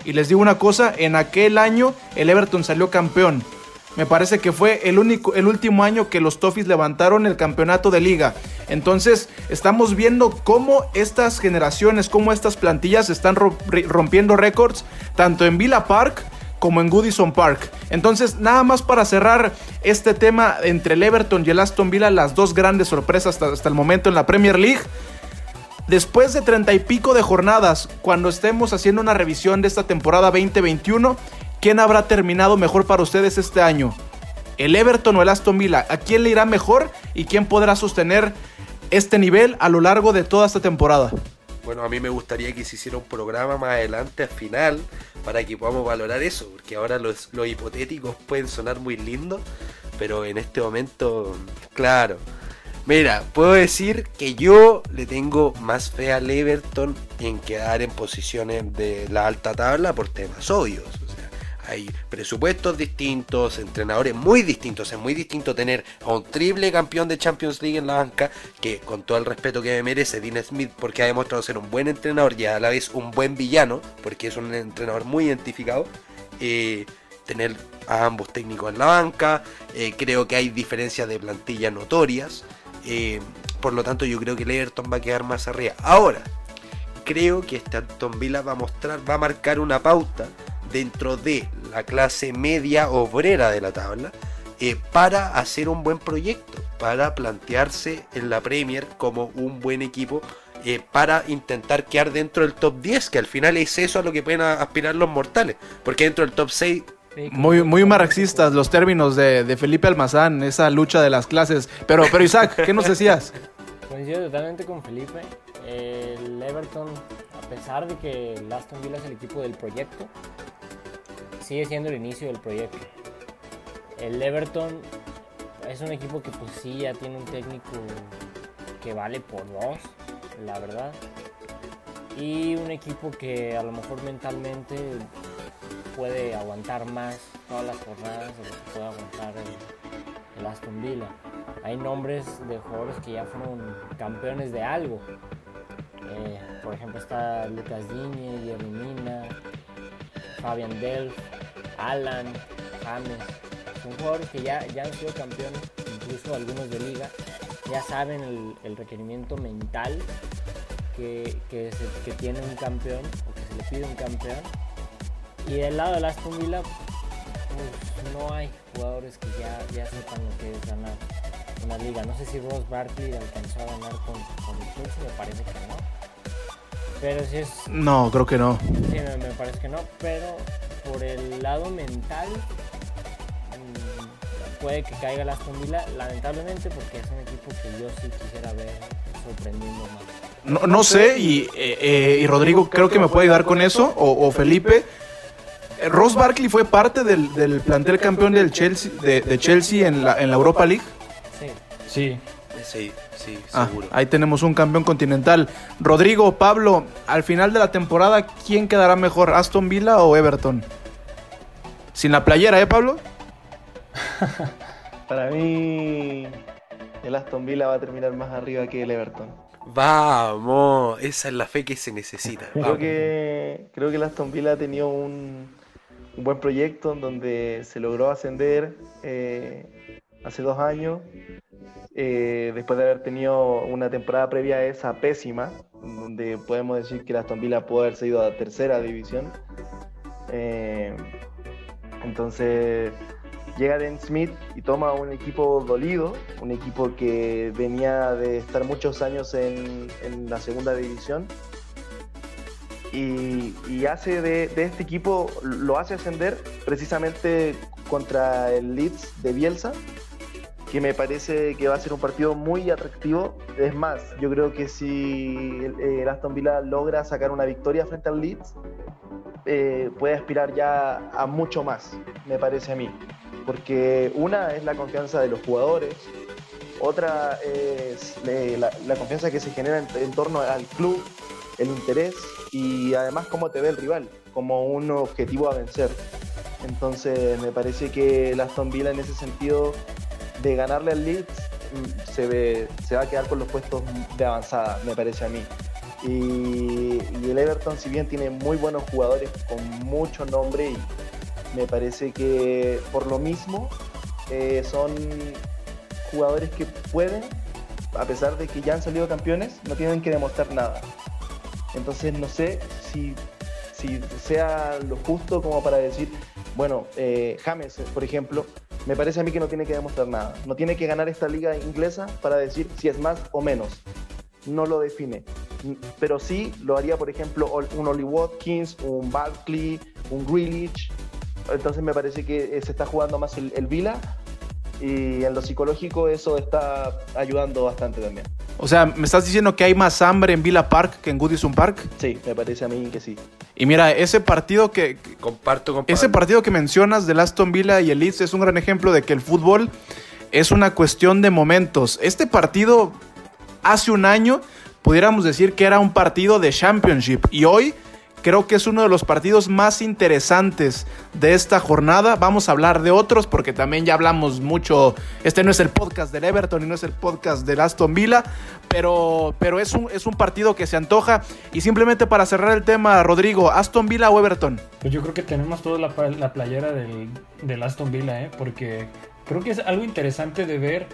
D: Y les digo una cosa, en aquel año el Everton salió campeón. Me parece que fue el, único, el último año que los Toffees levantaron el campeonato de liga. Entonces estamos viendo cómo estas generaciones, cómo estas plantillas están rompiendo récords, tanto en Villa Park como en Goodison Park. Entonces, nada más para cerrar este tema entre el Everton y el Aston Villa, las dos grandes sorpresas hasta, hasta el momento en la Premier League. Después de treinta y pico de jornadas, cuando estemos haciendo una revisión de esta temporada veinte veintiuno, ¿quién habrá terminado mejor para ustedes este año? ¿El Everton o el Aston Villa? ¿A quién le irá mejor y quién podrá sostener este nivel a lo largo de toda esta temporada?
B: Bueno, a mí me gustaría que se hiciera un programa más adelante, al final, para que podamos valorar eso, porque ahora los, los hipotéticos pueden sonar muy lindos, pero en este momento, claro. Mira, puedo decir que yo le tengo más fe al Everton en quedar en posiciones de la alta tabla por temas obvios. Hay presupuestos distintos, entrenadores muy distintos. Es muy distinto tener a un triple campeón de Champions League en la banca, que con todo el respeto que me merece Dean Smith, porque ha demostrado ser un buen entrenador y a la vez un buen villano, porque es un entrenador muy identificado. Eh, tener a ambos técnicos en la banca, eh, creo que hay diferencias de plantilla notorias. Eh, por lo tanto, yo creo que el Everton va a quedar más arriba. Ahora, creo que este Aston Villa va a mostrar, va a marcar una pauta dentro de la clase media obrera de la tabla, eh, para hacer un buen proyecto, para plantearse en la Premier como un buen equipo, eh, para intentar quedar dentro del top diez, que al final es eso a lo que pueden aspirar los mortales, porque dentro del top seis...
D: Muy, muy marxistas los términos de, de Felipe Almazán, esa lucha de las clases. Pero, pero Isaac, ¿qué nos decías?
C: Coincido totalmente con Felipe. El Everton, a pesar de que el Aston Villa es el equipo del proyecto, sigue siendo el inicio del proyecto. El Everton es un equipo que pues sí ya tiene un técnico que vale por dos, la verdad. Y un equipo que a lo mejor mentalmente puede aguantar más todas las jornadas de lo que puede aguantar el, el Aston Villa. Hay nombres de jugadores que ya fueron campeones de algo. Eh, por ejemplo está Lucas Digne, Yerry Mina, Fabian Delph, Alan, James. Son jugadores que ya, ya han sido campeones, incluso algunos de liga. Ya saben el, el requerimiento mental que, que, se, que tiene un campeón o que se le pide un campeón. Y del lado del Aston Villa, pues, no hay jugadores que ya, ya sepan lo que es ganar una liga. No sé si Ross Barkley alcanzó a ganar con, con el Chelsea, me parece que no. Pero si es...
D: No, creo que no.
C: Sí, me, me parece que no, pero por el lado mental mmm, puede que caiga el Aston Villa, lamentablemente, porque es un equipo que yo sí quisiera ver sorprendiendo más.
D: No, no sé, y, eh, eh, y Rodrigo creo que me puede ayudar con eso, o, o Felipe. Ross Barkley fue parte del, del plantel campeón del Chelsea, de, de Chelsea en la, en la Europa League.
C: Sí.
E: Sí.
B: Sí, sí,
D: ah,
B: seguro.
D: Ahí tenemos un campeón continental. Rodrigo, Pablo, al final de la temporada, ¿quién quedará mejor, Aston Villa o Everton? Sin la playera, ¿eh, Pablo?
A: Para mí, el Aston Villa va a terminar más arriba que el Everton.
B: Vamos, esa es la fe que se necesita.
A: Creo que, creo que el Aston Villa ha tenido un, un buen proyecto en donde se logró ascender eh, hace dos años, eh, después de haber tenido una temporada previa a esa pésima, donde podemos decir que el Aston Villa pudo haberse ido a la tercera división. Eh, entonces llega Dan Smith y toma un equipo dolido, un equipo que venía de estar muchos años en, en la segunda división, y, y hace de, de este equipo, lo hace ascender precisamente contra el Leeds de Bielsa, que me parece que va a ser un partido muy atractivo. Es más, yo creo que si el, el Aston Villa logra sacar una victoria frente al Leeds, eh, puede aspirar ya a mucho más, me parece a mí. Porque una es la confianza de los jugadores, otra es la, la confianza que se genera en, en torno al club, el interés y además cómo te ve el rival, como un objetivo a vencer. Entonces me parece que el Aston Villa en ese sentido de ganarle al Leeds se, ve, se va a quedar con los puestos de avanzada, me parece a mí. Y, y el Everton, si bien tiene muy buenos jugadores con mucho nombre, y me parece que por lo mismo eh, son jugadores que pueden, a pesar de que ya han salido campeones, no tienen que demostrar nada. Entonces no sé si, si sea lo justo como para decir, bueno, eh, James, por ejemplo, me parece a mí que no tiene que demostrar nada. No tiene que ganar esta liga inglesa para decir si es más o menos. No lo define. Pero sí lo haría, por ejemplo, un Oli Watkins, un Barkley, un Grealish. Entonces me parece que se está jugando más el, el Villa, y en lo psicológico eso está ayudando bastante también.
D: O sea, ¿me estás diciendo que hay más hambre en Villa Park que en Goodison Park?
A: Sí, me parece a mí que sí.
D: Y mira, ese partido que...
B: Comparto, comparto.
D: Ese partido que mencionas del Aston Villa y el Leeds es un gran ejemplo de que el fútbol es una cuestión de momentos. Este partido, hace un año, pudiéramos decir que era un partido de Championship. Y hoy creo que es uno de los partidos más interesantes de esta jornada. Vamos a hablar de otros porque también ya hablamos mucho. Este no es el podcast del Everton y no es el podcast del Aston Villa, pero, pero es, un, es un partido que se antoja. Y simplemente para cerrar el tema, Rodrigo, ¿Aston Villa o Everton?
E: Pues yo creo que tenemos toda la, la playera del, del Aston Villa, ¿eh? Porque creo que es algo interesante de ver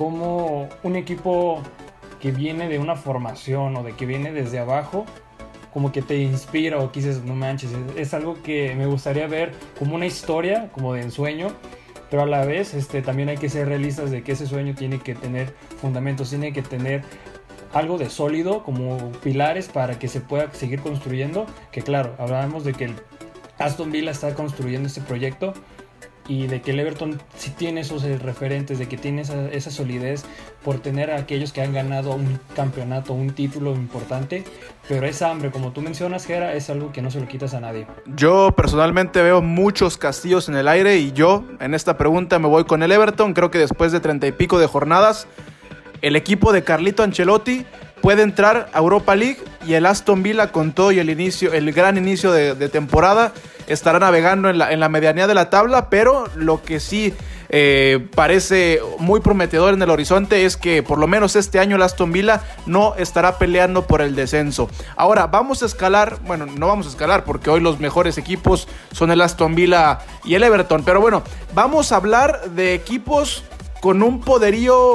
E: cómo un equipo que viene de una formación o de que viene desde abajo como que te inspira o que dices, no manches, es, es algo que me gustaría ver como una historia, como de ensueño, pero a la vez este, también hay que ser realistas de que ese sueño tiene que tener fundamentos, tiene que tener algo de sólido, como pilares para que se pueda seguir construyendo, que claro, hablábamos de que el Aston Villa está construyendo este proyecto y de que el Everton sí tiene esos referentes, de que tiene esa, esa solidez por tener a aquellos que han ganado un campeonato, un título importante, pero esa hambre, como tú mencionas, Gera, es algo que no se lo quitas a nadie.
D: Yo personalmente veo muchos castillos en el aire y yo en esta pregunta me voy con el Everton. Creo que después de treinta y pico de jornadas, el equipo de Carlito Ancelotti puede entrar a Europa League y el Aston Villa con todo y el inicio, el gran inicio de, de temporada estará navegando en la, en la medianía de la tabla, pero lo que sí eh, parece muy prometedor en el horizonte es que por lo menos este año el Aston Villa no estará peleando por el descenso. Ahora vamos a escalar, bueno, no vamos a escalar porque hoy los mejores equipos son el Aston Villa y el Everton, pero bueno, vamos a hablar de equipos con un poderío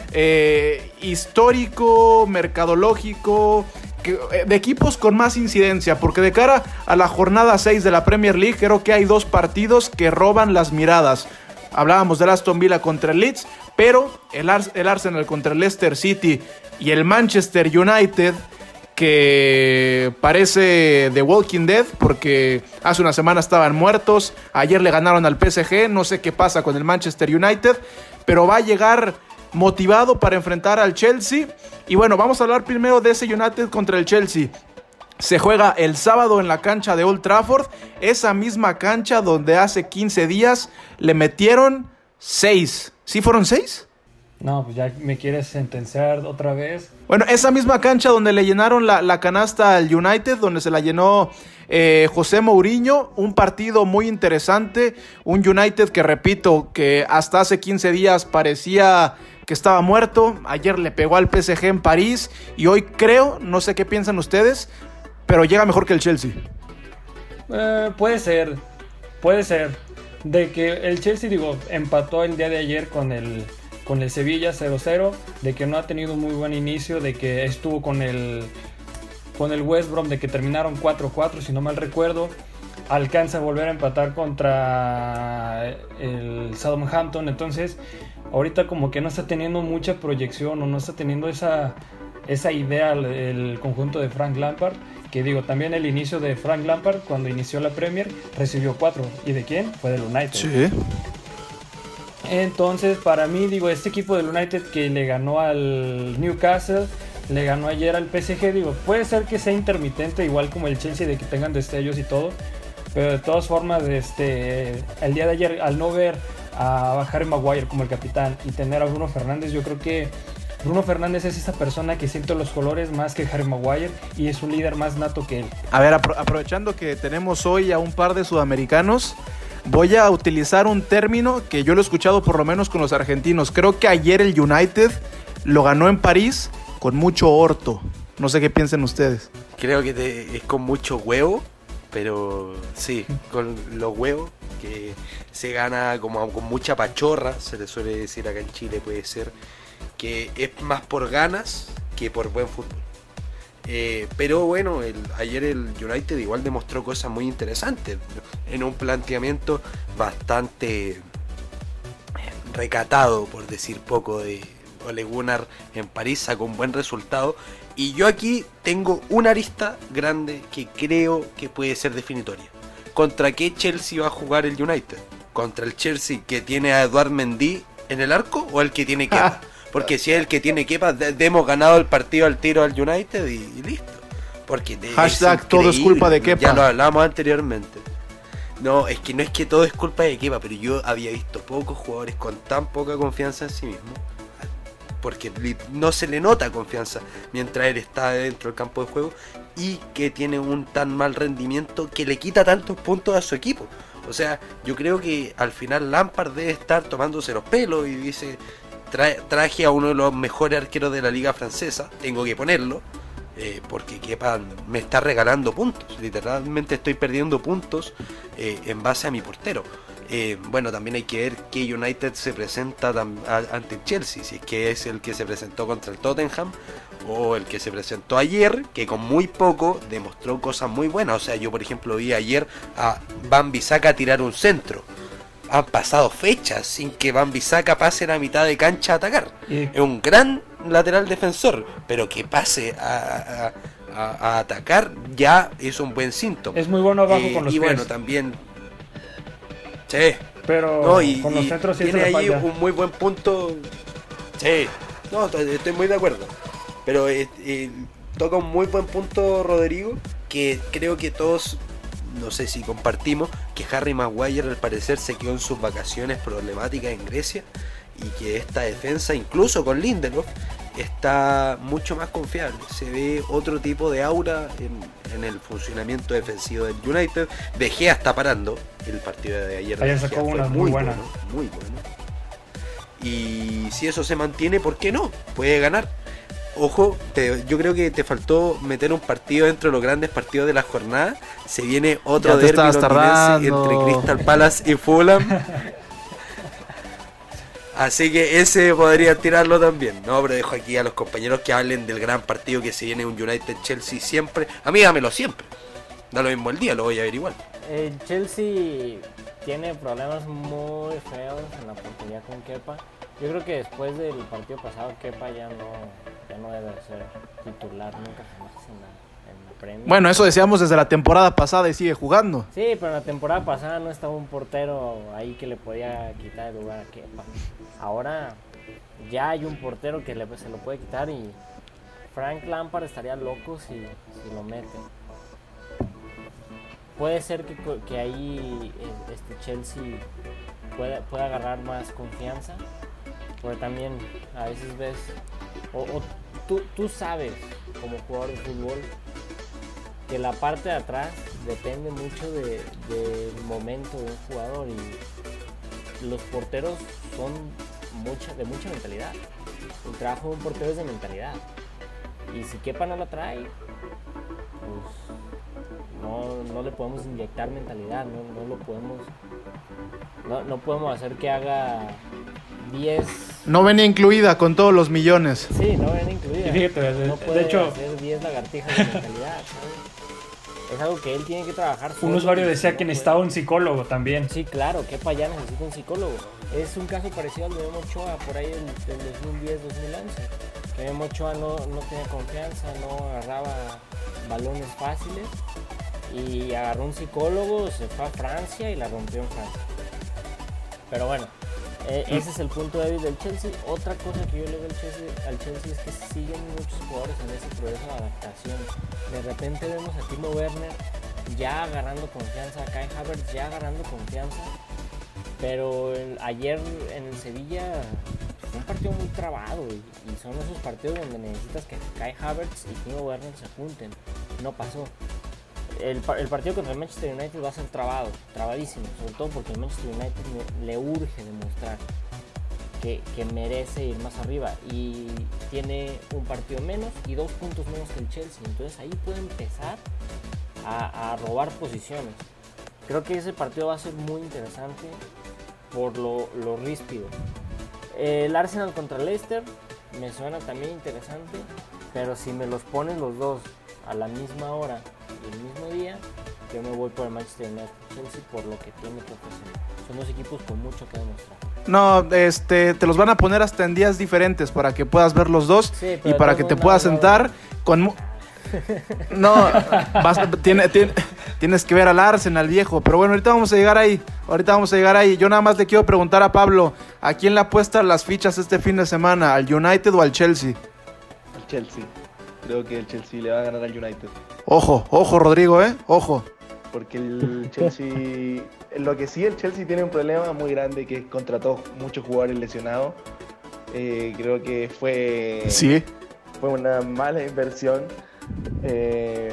D: eh, histórico, mercadológico, de equipos con más incidencia, porque de cara a la jornada seis de la Premier League creo que hay dos partidos que roban las miradas. Hablábamos del Aston Villa contra el Leeds, pero el, Ar- el Arsenal contra el Leicester City y el Manchester United, que parece The Walking Dead porque hace una semana estaban muertos, ayer le ganaron al P S G, no sé qué pasa con el Manchester United, pero va a llegar motivado para enfrentar al Chelsea. Y bueno, vamos a hablar primero de ese United contra el Chelsea. Se juega el sábado en la cancha de Old Trafford, esa misma cancha donde hace quince días le metieron seis. ¿Sí fueron seis?
E: No, pues ya me quieres sentenciar otra vez.
D: Bueno, esa misma cancha donde le llenaron la, la canasta al United, donde se la llenó eh, José Mourinho. Un partido muy interesante, un United que, repito, que hasta hace quince días parecía que estaba muerto. Ayer le pegó al P S G en París y hoy creo, no sé qué piensan ustedes, pero llega mejor que el Chelsea.
E: Eh, puede ser, puede ser. De que el Chelsea, digo, empató el día de ayer con el, con el Sevilla cero cero, de que no ha tenido un muy buen inicio, de que estuvo con el, con el West Brom, de que terminaron cuatro cuatro, si no mal recuerdo. Alcanza a volver a empatar contra el Southampton, entonces ahorita como que no está teniendo mucha proyección o no está teniendo esa, esa idea el, el conjunto de Frank Lampard, que digo, también el inicio de Frank Lampard cuando inició la Premier recibió cuatro, ¿y de quién? Fue del United.
D: Sí.
E: Entonces para mí, digo, este equipo del United que le ganó al Newcastle, le ganó ayer al P S G, digo, puede ser que sea intermitente igual como el Chelsea, de que tengan destellos y todo, pero de todas formas, este, el día de ayer, al no ver a Harry Maguire como el capitán y tener a Bruno Fernández, yo creo que Bruno Fernández es esa persona que siente los colores más que Harry Maguire y es un líder más nato que él.
D: A ver, apro- aprovechando que tenemos hoy a un par de sudamericanos, voy a utilizar un término que yo lo he escuchado por lo menos con los argentinos. Creo que ayer el United lo ganó en París con mucho orto. No sé qué piensen ustedes.
B: Creo que te, es con mucho huevo, pero sí, con los huevos que se gana como con mucha pachorra, se le suele decir acá en Chile, puede ser, que es más por ganas que por buen fútbol. Eh, pero bueno, el, ayer el United igual demostró cosas muy interesantes en un planteamiento bastante recatado, por decir poco, de Ole Gunnar en París, sacó un buen resultado. Y yo aquí tengo una arista grande que creo que puede ser definitoria. ¿Contra qué Chelsea va a jugar el United? ¿Contra el Chelsea que tiene a Eduard Mendy en el arco o el que tiene Kepa? Porque si es el que tiene Kepa, de- hemos ganado el partido al tiro al United y, y listo. Porque de-
D: Hashtag
B: es
D: todo es culpa de Kepa.
B: Ya lo hablábamos anteriormente. No, es que no es que todo es culpa de Kepa, pero yo había visto pocos jugadores con tan poca confianza en sí mismos. Porque li- no se le nota confianza mientras él está dentro del campo de juego y que tiene un tan mal rendimiento que le quita tantos puntos a su equipo. O sea, yo creo que al final Lampard debe estar tomándose los pelos y dice, tra- traje a uno de los mejores arqueros de la liga francesa, tengo que ponerlo, eh, porque Kepa me está regalando puntos, literalmente estoy perdiendo puntos eh, en base a mi portero. Eh, bueno, también hay que ver qué United se presenta tam- a- ante el Chelsea, si es que es el que se presentó contra el Tottenham o el que se presentó ayer, que con muy poco demostró cosas muy buenas. O sea, yo por ejemplo vi ayer a Wan-Bissaka tirar un centro. Han pasado fechas sin que Wan-Bissaka pase la mitad de cancha a atacar.
E: Y-
B: Es un gran lateral defensor, pero que pase a, a- a- a atacar ya es un buen síntoma.
E: Es muy bueno abajo
B: Eh,
E: con los
B: y
E: pies.
B: bueno, también... Sí.
E: Pero
B: No, y,
E: con los
B: y
E: centros sí
B: tiene
E: se le
B: ahí
E: falla.
B: un muy buen punto. Sí, no, t- estoy muy de acuerdo. Pero eh, eh, toca un muy buen punto Rodrigo, que creo que todos, no sé si compartimos, que Harry Maguire al parecer se quedó en sus vacaciones problemáticas en Grecia y que esta defensa, incluso con Lindelof, está mucho más confiable. Se ve otro tipo de aura en, en el funcionamiento defensivo del United. De Gea está parando el partido de ayer. de
E: Ayer
B: Gea
E: sacó
B: fue
E: una muy buena.
B: bueno, muy bueno. Y si eso se mantiene, ¿por qué no? Puede ganar. Ojo, te- yo creo que te faltó meter un partido dentro de los grandes partidos de la jornada. Se viene otro
D: Ya te
B: derbi
D: estabas
B: londinense
D: tardando.
B: entre Crystal Palace y Fulham. Así que ese podría tirarlo también. No, pero dejo aquí a los compañeros que hablen del gran partido que se viene, un United-Chelsea siempre. A mí dámelo siempre. Da lo mismo el día, lo voy a ver igual.
C: El Chelsea tiene problemas muy feos en la portería con Kepa. Yo creo que después del partido pasado Kepa ya no, ya no debe ser titular nunca jamás en la, en la Premier.
D: Bueno, eso decíamos desde la temporada pasada y sigue jugando.
C: Sí, pero en la temporada pasada no estaba un portero ahí que le podía quitar el lugar a Kepa. Ahora ya hay un portero que le, se lo puede quitar y Frank Lampard estaría loco si, si lo mete. Puede ser que, que ahí este Chelsea pueda, pueda agarrar más confianza, porque también a veces ves, o, o tú, tú sabes como jugador de fútbol que la parte de atrás depende mucho de, del momento de un jugador y los porteros son mucha, de mucha mentalidad. El trabajo de un portero es de mentalidad y si Kepa no la trae, pues No, no le podemos inyectar mentalidad, no, no lo podemos, no, no podemos hacer que haga diez,
D: No venía incluida con todos los millones.
C: sí, no viene incluida.
E: Y fíjate, de-
C: no
E: de
C: puede
E: hecho-
C: hacer diez lagartijas de mentalidad, ¿sabes? Es algo que él tiene que trabajar.
E: Un
C: solo
E: usuario
C: y
E: decía
C: no
E: que
C: puede.
E: necesitaba un psicólogo también.
C: Sí, claro, Kepa ya necesita un psicólogo. Es un caso parecido al de Memo Ochoa por ahí del, del dos mil diez dos mil once. Que Memo Ochoa no, no tenía confianza, no agarraba balones fáciles. Y agarró un psicólogo, se fue a Francia y la rompió en Francia. Pero bueno, eh, ese es el punto débil del Chelsea. Otra cosa que yo le veo al Chelsea, al Chelsea es que siguen muchos jugadores en ese proceso de adaptación. De repente vemos a Timo Werner ya agarrando confianza, a Kai Havertz ya agarrando confianza. Pero el- ayer en el Sevilla fue un partido muy trabado y, y son esos partidos donde necesitas que Kai Havertz y Timo Werner se junten. No pasó. El, pa- el partido contra el Manchester United va a ser trabado, trabadísimo, sobre todo porque el Manchester United le, le urge demostrar. que, que merece ir más arriba, y tiene un partido menos y dos puntos menos que el Chelsea, entonces ahí puede empezar a, a robar posiciones. Creo que ese partido va a ser muy interesante por lo, lo ríspido. El Arsenal contra Leicester me suena también interesante, pero si me los ponen los dos a la misma hora y el mismo día, yo me voy por el Manchester United Chelsea por lo que tiene que ofrecer. Son dos equipos con mucho que demostrar.
D: No, este, te los van a poner hasta en días diferentes para que puedas ver los dos,
C: Sí,
D: y para que te puedas
C: no,
D: sentar
C: no.
D: con... mu- No, vas, tiene, tiene, tienes que ver al Arsenal, viejo. Pero bueno, ahorita vamos a llegar ahí. Ahorita vamos a llegar ahí. Yo nada más le quiero preguntar a Pablo, ¿a quién le apuestan las fichas este fin de semana? ¿Al United o al Chelsea?
A: El Chelsea. Creo que el Chelsea le va a ganar al United.
D: Ojo, ojo, Rodrigo, ¿eh? Ojo.
A: Porque el Chelsea, lo que sí, el Chelsea tiene un problema muy grande, que contrató muchos jugadores lesionados. Eh, creo que fue,
D: Sí.
A: fue una mala inversión. Eh,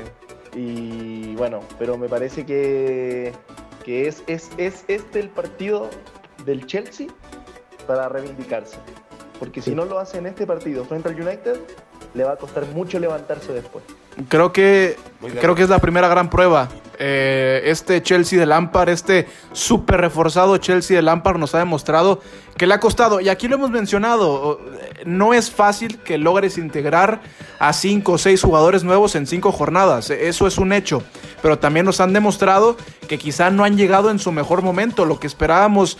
A: y bueno, pero me parece que, que es, es, es este el partido del Chelsea para reivindicarse. Porque si no lo hace en este partido frente al United, le va a costar mucho levantarse después.
D: Creo que,
B: Muy bien.
D: creo que es la primera gran prueba. Eh, este Chelsea de Lampard, este súper reforzado Chelsea de Lampard nos ha demostrado que le ha costado. Y aquí lo hemos mencionado, no es fácil que logres integrar a cinco o seis jugadores nuevos en cinco jornadas. Eso es un hecho. Pero también nos han demostrado que quizá no han llegado en su mejor momento. Lo que esperábamos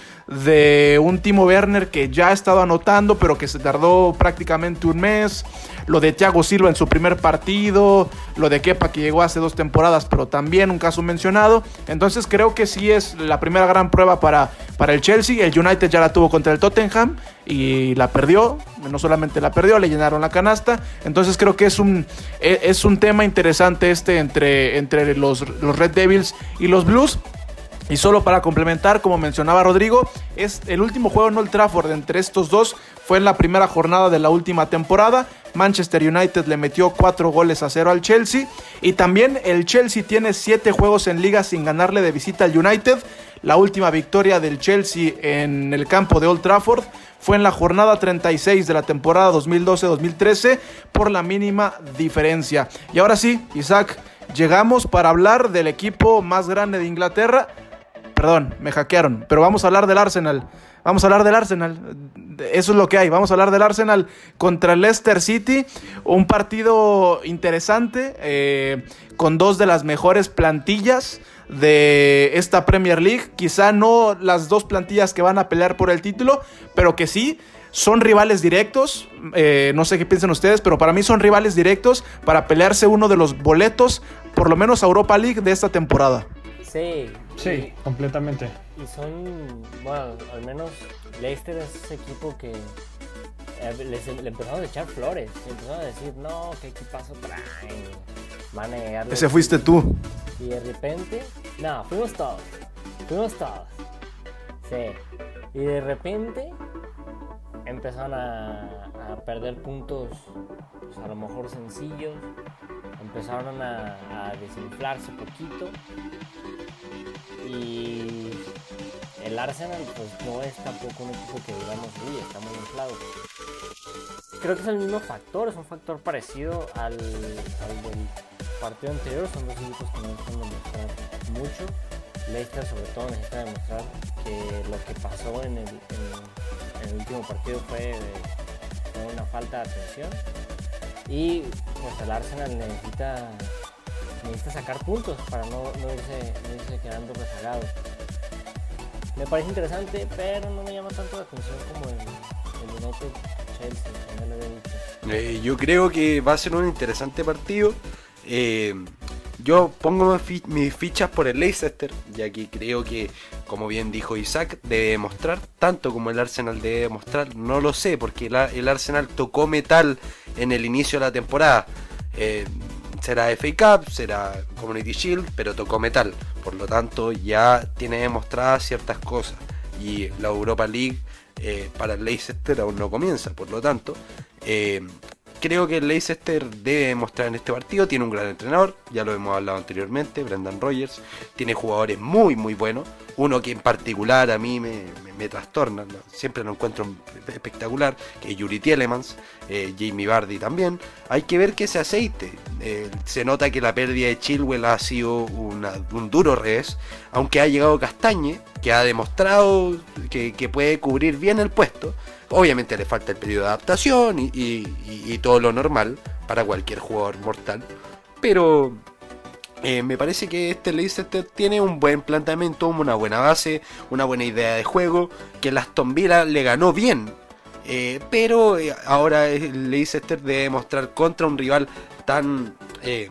D: de un Timo Werner que ya ha estado anotando, pero que se tardó prácticamente un mes. Lo de Thiago Silva en su primer partido, lo de Kepa que llegó hace dos temporadas, pero también un caso mencionado. Entonces creo que sí es la primera gran prueba para, para el Chelsea. El United ya la tuvo contra el Tottenham y la perdió. No solamente la perdió, le llenaron la canasta. Entonces creo que es un, es un tema interesante este entre, entre los, los Red Devils y los Blues. Y solo para complementar, como mencionaba Rodrigo, es el último juego en Old Trafford entre estos dos fue en la primera jornada de la última temporada. Manchester United le metió cuatro goles a cero al Chelsea. Y también el Chelsea tiene siete juegos en liga sin ganarle de visita al United. La última victoria del Chelsea en el campo de Old Trafford fue en la jornada treinta y seis de la temporada dos mil doce dos mil trece por la mínima diferencia. Y ahora sí, Isaac, llegamos para hablar del equipo más grande de Inglaterra. Perdón, me hackearon, pero vamos a hablar del Arsenal. Vamos a hablar del Arsenal. Eso es lo que hay. Vamos a hablar del Arsenal contra el Leicester City. Un partido interesante, eh, con dos de las mejores plantillas de esta Premier League. Quizá no las dos plantillas que van a pelear por el título, pero que sí son rivales directos. Eh, no sé qué piensan ustedes, pero para mí son rivales directos para pelearse uno de los boletos, por lo menos a Europa League de esta temporada.
C: Sí,
E: Sí,
C: y,
E: completamente.
C: y son, bueno, al menos Leicester es ese equipo que eh, les, le empezaron a echar flores, le empezaron a decir, no, qué equipazo traen, van a llegar.
D: Ese fuiste tú.
C: Y de repente, no, fuimos todos, fuimos todos, sí, y de repente empezaron a, a perder puntos, pues a lo mejor sencillos, empezaron a, a desinflarse poquito, y el Arsenal pues no es tampoco un equipo que digamos, uy, está muy inflado. Creo que es el mismo factor, es un factor parecido al, al del partido anterior. Son dos equipos que necesitan demostrar mucho. Leicester sobre todo necesita demostrar que lo que pasó en el, en, en el último partido fue, fue una falta de atención. Y pues el Arsenal necesita, necesita sacar puntos para no, no, irse, no irse quedando rezagado. Me parece interesante, pero no me llama tanto la atención como el, el United Chelsea, como ya lo había dicho.
B: Eh, yo creo que va a ser un interesante partido. Eh, yo pongo mis, fi- mis fichas por el Leicester, ya que creo que, como bien dijo Isaac, debe demostrar, tanto como el Arsenal debe demostrar, no lo sé, porque el, el Arsenal tocó metal en el inicio de la temporada. Eh, será F A Cup, será Community Shield, pero tocó metal, por lo tanto ya tiene demostradas ciertas cosas, y la Europa League eh, para el Leicester aún no comienza, por lo tanto eh, creo que el Leicester debe demostrar en este partido. Tiene un gran entrenador, ya lo hemos hablado anteriormente, Brendan Rodgers. Tiene jugadores muy muy buenos. Uno que en particular a mí me, me, me trastorna, ¿no? Siempre lo encuentro espectacular, que es Yuri Tielemans, eh, Jamie Vardy también. Hay que ver que ese aceite, eh, se nota que la pérdida de Chilwell ha sido una, un duro revés, aunque ha llegado Castañe, que ha demostrado que, que puede cubrir bien el puesto. Obviamente le falta el periodo de adaptación y, y, y, y todo lo normal para cualquier jugador mortal, pero eh, me parece que este Leicester tiene un buen planteamiento, una buena base, una buena idea de juego, que el Aston Villa le ganó bien, eh, pero eh, ahora el Leicester debe demostrar contra un rival tan, eh,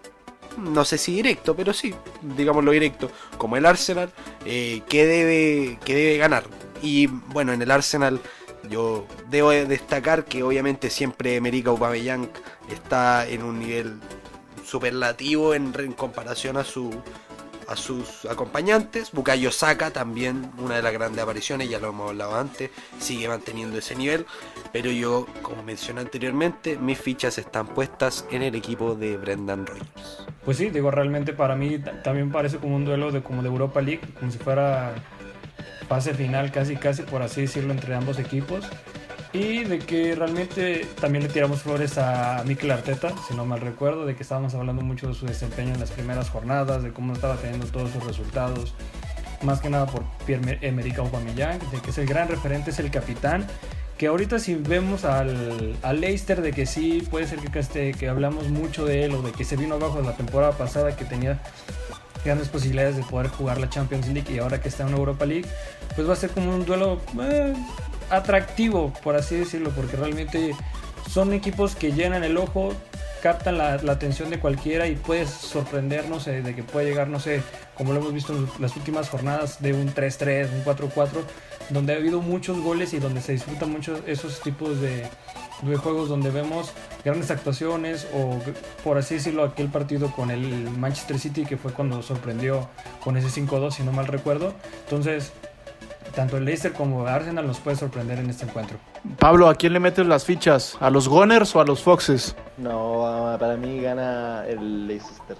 B: no sé si directo, pero sí, digámoslo directo, como el Arsenal, eh, que debe, que debe ganar. Y bueno, en el Arsenal yo debo destacar que obviamente siempre Emerick Aubameyang está en un nivel superlativo en, en comparación a su a sus acompañantes. Bukayo Saka también, una de las grandes apariciones, ya lo hemos hablado antes, sigue manteniendo ese nivel, pero yo, como mencioné anteriormente, mis fichas están puestas en el equipo de Brendan Rodgers.
E: Pues sí, digo, realmente para mí t- también parece como un duelo de como de Europa League, como si fuera fase final casi casi por así decirlo entre ambos equipos, y de que realmente también le tiramos flores a Mikel Arteta, si no mal recuerdo, de que estábamos hablando mucho de su desempeño en las primeras jornadas, de cómo estaba teniendo todos sus resultados, más que nada por Pierre-Emerick Aubameyang, de que es el gran referente, es el capitán, que ahorita si vemos al, al Leicester, de que sí puede ser que, este, que hablamos mucho de él, o de que se vino abajo de la temporada pasada, que tenía grandes posibilidades de poder jugar la Champions League, y ahora que está en Europa League, pues va a ser como un duelo eh, atractivo, por así decirlo, porque realmente son equipos que llenan el ojo, captan la, la atención de cualquiera y puedes sorprendernos eh, de que puede llegar, no sé, como lo hemos visto en las últimas jornadas, de un tres tres, un cuatro cuatro, donde ha habido muchos goles y donde se disfrutan mucho esos tipos de, de juegos donde vemos grandes actuaciones, o por así decirlo, aquel partido con el Manchester City que fue cuando sorprendió con ese cinco dos, si no mal recuerdo. Entonces tanto el Leicester como el Arsenal nos puede sorprender en este encuentro.
D: Pablo, ¿a quién le metes las fichas? ¿A los Gunners o a los Foxes?
A: No, para mí gana el Leicester.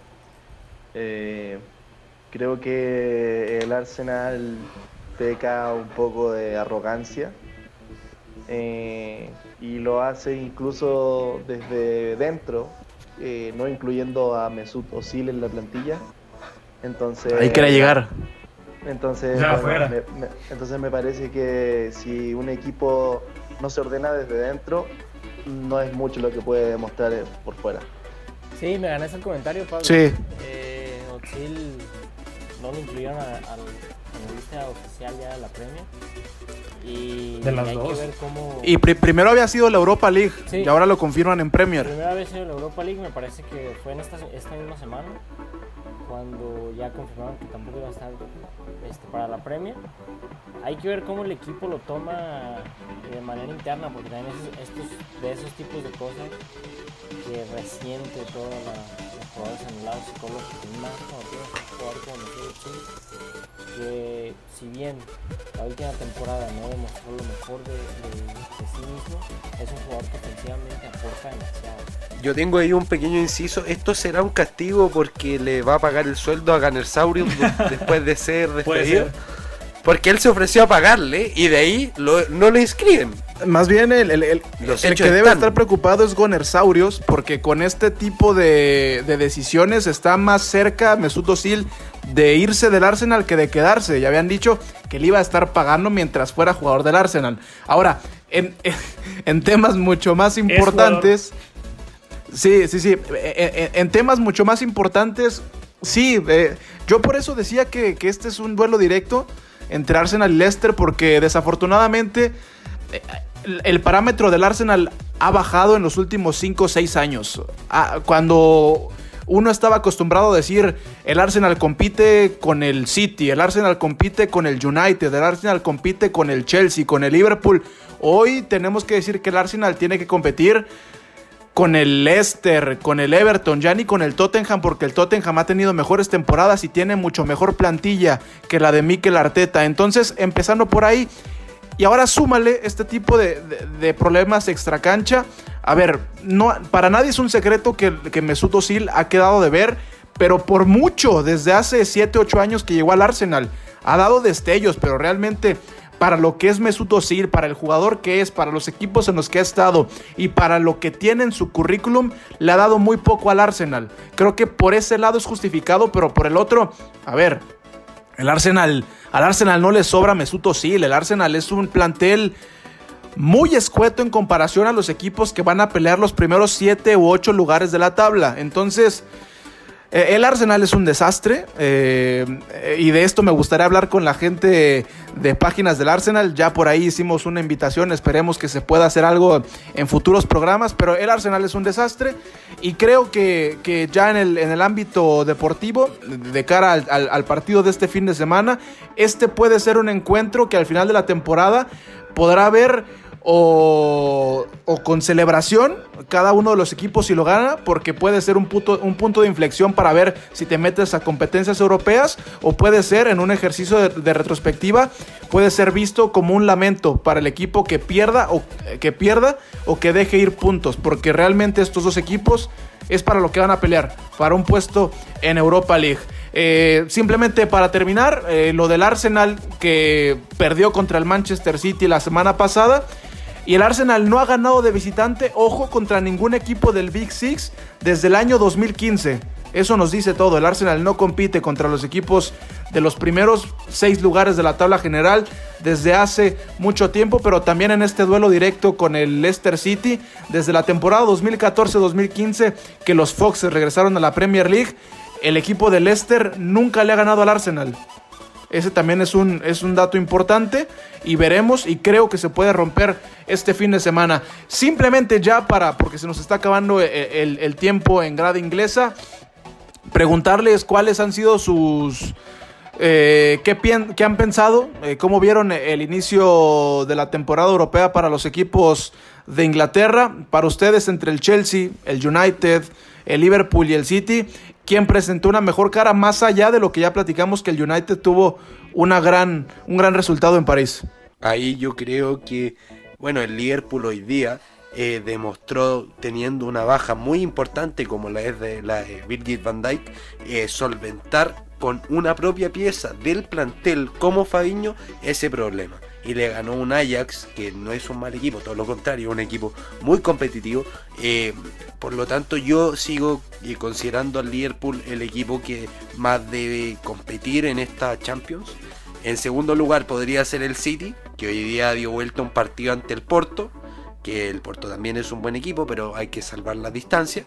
A: Eh, creo que el Arsenal peca un poco de arrogancia, eh, y lo hace incluso desde dentro, eh, no incluyendo a Mesut Özil en la plantilla. Entonces,
D: ahí quería llegar.
A: Entonces,
E: ya,
A: bueno, me, me, entonces me parece que si un equipo no se ordena desde dentro, no es mucho lo que puede demostrar por fuera.
C: Sí, me ganaste el comentario, Pablo.
D: Sí.
C: Eh, Özil no lo incluyeron a, a, a la lista oficial ya de la Premier. Y
E: de las
C: hay
E: dos.
C: que ver cómo...
D: Y pr- primero había sido la Europa League,
C: sí,
D: y ahora lo confirman en Premier.
C: Primera vez en la Europa League, me parece que fue en esta, esta misma semana, cuando ya confirmaron que tampoco iba a estar este, para la Premier. Hay que ver cómo el equipo lo toma de manera interna, porque también es estos, de esos tipos de cosas que resiente todos los jugadores anulados psicológicos, más cuando tienes un jugador como Mesut Özil, que si bien la última temporada no demostró lo mejor de, de, de sí mismo, es un jugador que ofensivamente aporta demasiado.
B: Yo tengo ahí un pequeño inciso. ¿Esto será un castigo porque le va a pagar el sueldo a Gunnersaurius después de ser despedido? Porque él se ofreció a pagarle y de ahí lo, no lo inscriben.
D: Más bien el, el, el, el que debe estar preocupado es Gunnersaurius, porque con este tipo de, de decisiones está más cerca Mesut Özil de irse del Arsenal que de quedarse. Ya habían dicho que le iba a estar pagando mientras fuera jugador del Arsenal. Ahora, en, en, en temas mucho más importantes... Sí, sí, sí. En, en temas mucho más importantes, sí. Eh, yo por eso decía que, que este es un duelo directo entre Arsenal y Leicester, porque desafortunadamente eh, el, el parámetro del Arsenal ha bajado en los últimos cinco o seis años. Ah, cuando uno estaba acostumbrado a decir el Arsenal compite con el City, el Arsenal compite con el United, el Arsenal compite con el Chelsea, con el Liverpool. Hoy tenemos que decir que el Arsenal tiene que competir con el Leicester, con el Everton, ya ni con el Tottenham, porque el Tottenham ha tenido mejores temporadas y tiene mucho mejor plantilla que la de Mikel Arteta. Entonces, empezando por ahí, Y ahora súmale este tipo de, de, de problemas extracancha. A ver, no, para nadie es un secreto que, que Mesut Özil ha quedado de ver, pero por mucho, desde hace siete ocho años que llegó al Arsenal, ha dado destellos, pero realmente para lo que es Mesut Özil, para el jugador que es, para los equipos en los que ha estado y para lo que tiene en su currículum, le ha dado muy poco al Arsenal. Creo que por ese lado es justificado, pero por el otro, a ver, el Arsenal, al Arsenal no le sobra Mesut Özil. El Arsenal es un plantel muy escueto en comparación a los equipos que van a pelear los primeros siete u ocho lugares de la tabla. Entonces, Eh, el Arsenal es un desastre, eh, y de esto me gustaría hablar con la gente de páginas del Arsenal. Ya por ahí hicimos una invitación, esperemos que se pueda hacer algo en futuros programas, pero el Arsenal es un desastre y creo que, que ya en el, en el ámbito deportivo, de cara al, al, al partido de este fin de semana, este puede ser un encuentro que al final de la temporada podrá haber O, o con celebración cada uno de los equipos si lo gana, porque puede ser un punto, un punto de inflexión para ver si te metes a competencias europeas, o puede ser en un ejercicio de, de retrospectiva, puede ser visto como un lamento para el equipo que pierda o que pierda o que deje ir puntos, porque realmente estos dos equipos es para lo que van a pelear, para un puesto en Europa League. Eh, simplemente para terminar, eh, lo del Arsenal que perdió contra el Manchester City la semana pasada. Y el Arsenal no ha ganado de visitante, ojo, contra ningún equipo del Big Six desde el año dos mil quince. Eso nos dice todo. El Arsenal no compite contra los equipos de los primeros seis lugares de la tabla general desde hace mucho tiempo, pero también en este duelo directo con el Leicester City desde la temporada dos mil catorce dos mil quince, que los Foxes regresaron a la Premier League. El equipo de Leicester nunca le ha ganado al Arsenal. Ese también es un, es un dato importante y veremos, y creo que se puede romper este fin de semana. Simplemente ya para, porque se nos está acabando el, el, el tiempo en grada inglesa, preguntarles cuáles han sido sus... Eh, ¿qué, pien, ¿Qué han pensado? Eh, ¿Cómo vieron el inicio de la temporada europea para los equipos de Inglaterra? Para ustedes, entre el Chelsea, el United, el Liverpool y el City, ¿quién presentó una mejor cara, más allá de lo que ya platicamos, que el United tuvo una gran, un gran resultado en París?
B: Ahí yo creo que, bueno, el Liverpool hoy día eh, demostró, teniendo una baja muy importante como la es de la de Virgil van Dijk, eh, solventar con una propia pieza del plantel como Fabinho ese problema. Y le ganó un Ajax que no es un mal equipo, todo lo contrario, un equipo muy competitivo. Eh, por lo tanto, yo sigo eh, considerando al Liverpool el equipo que más debe competir en esta Champions. En segundo lugar podría ser el City, que hoy día dio vuelta un partido ante el Porto, que el Porto también es un buen equipo, pero hay que salvar la distancia.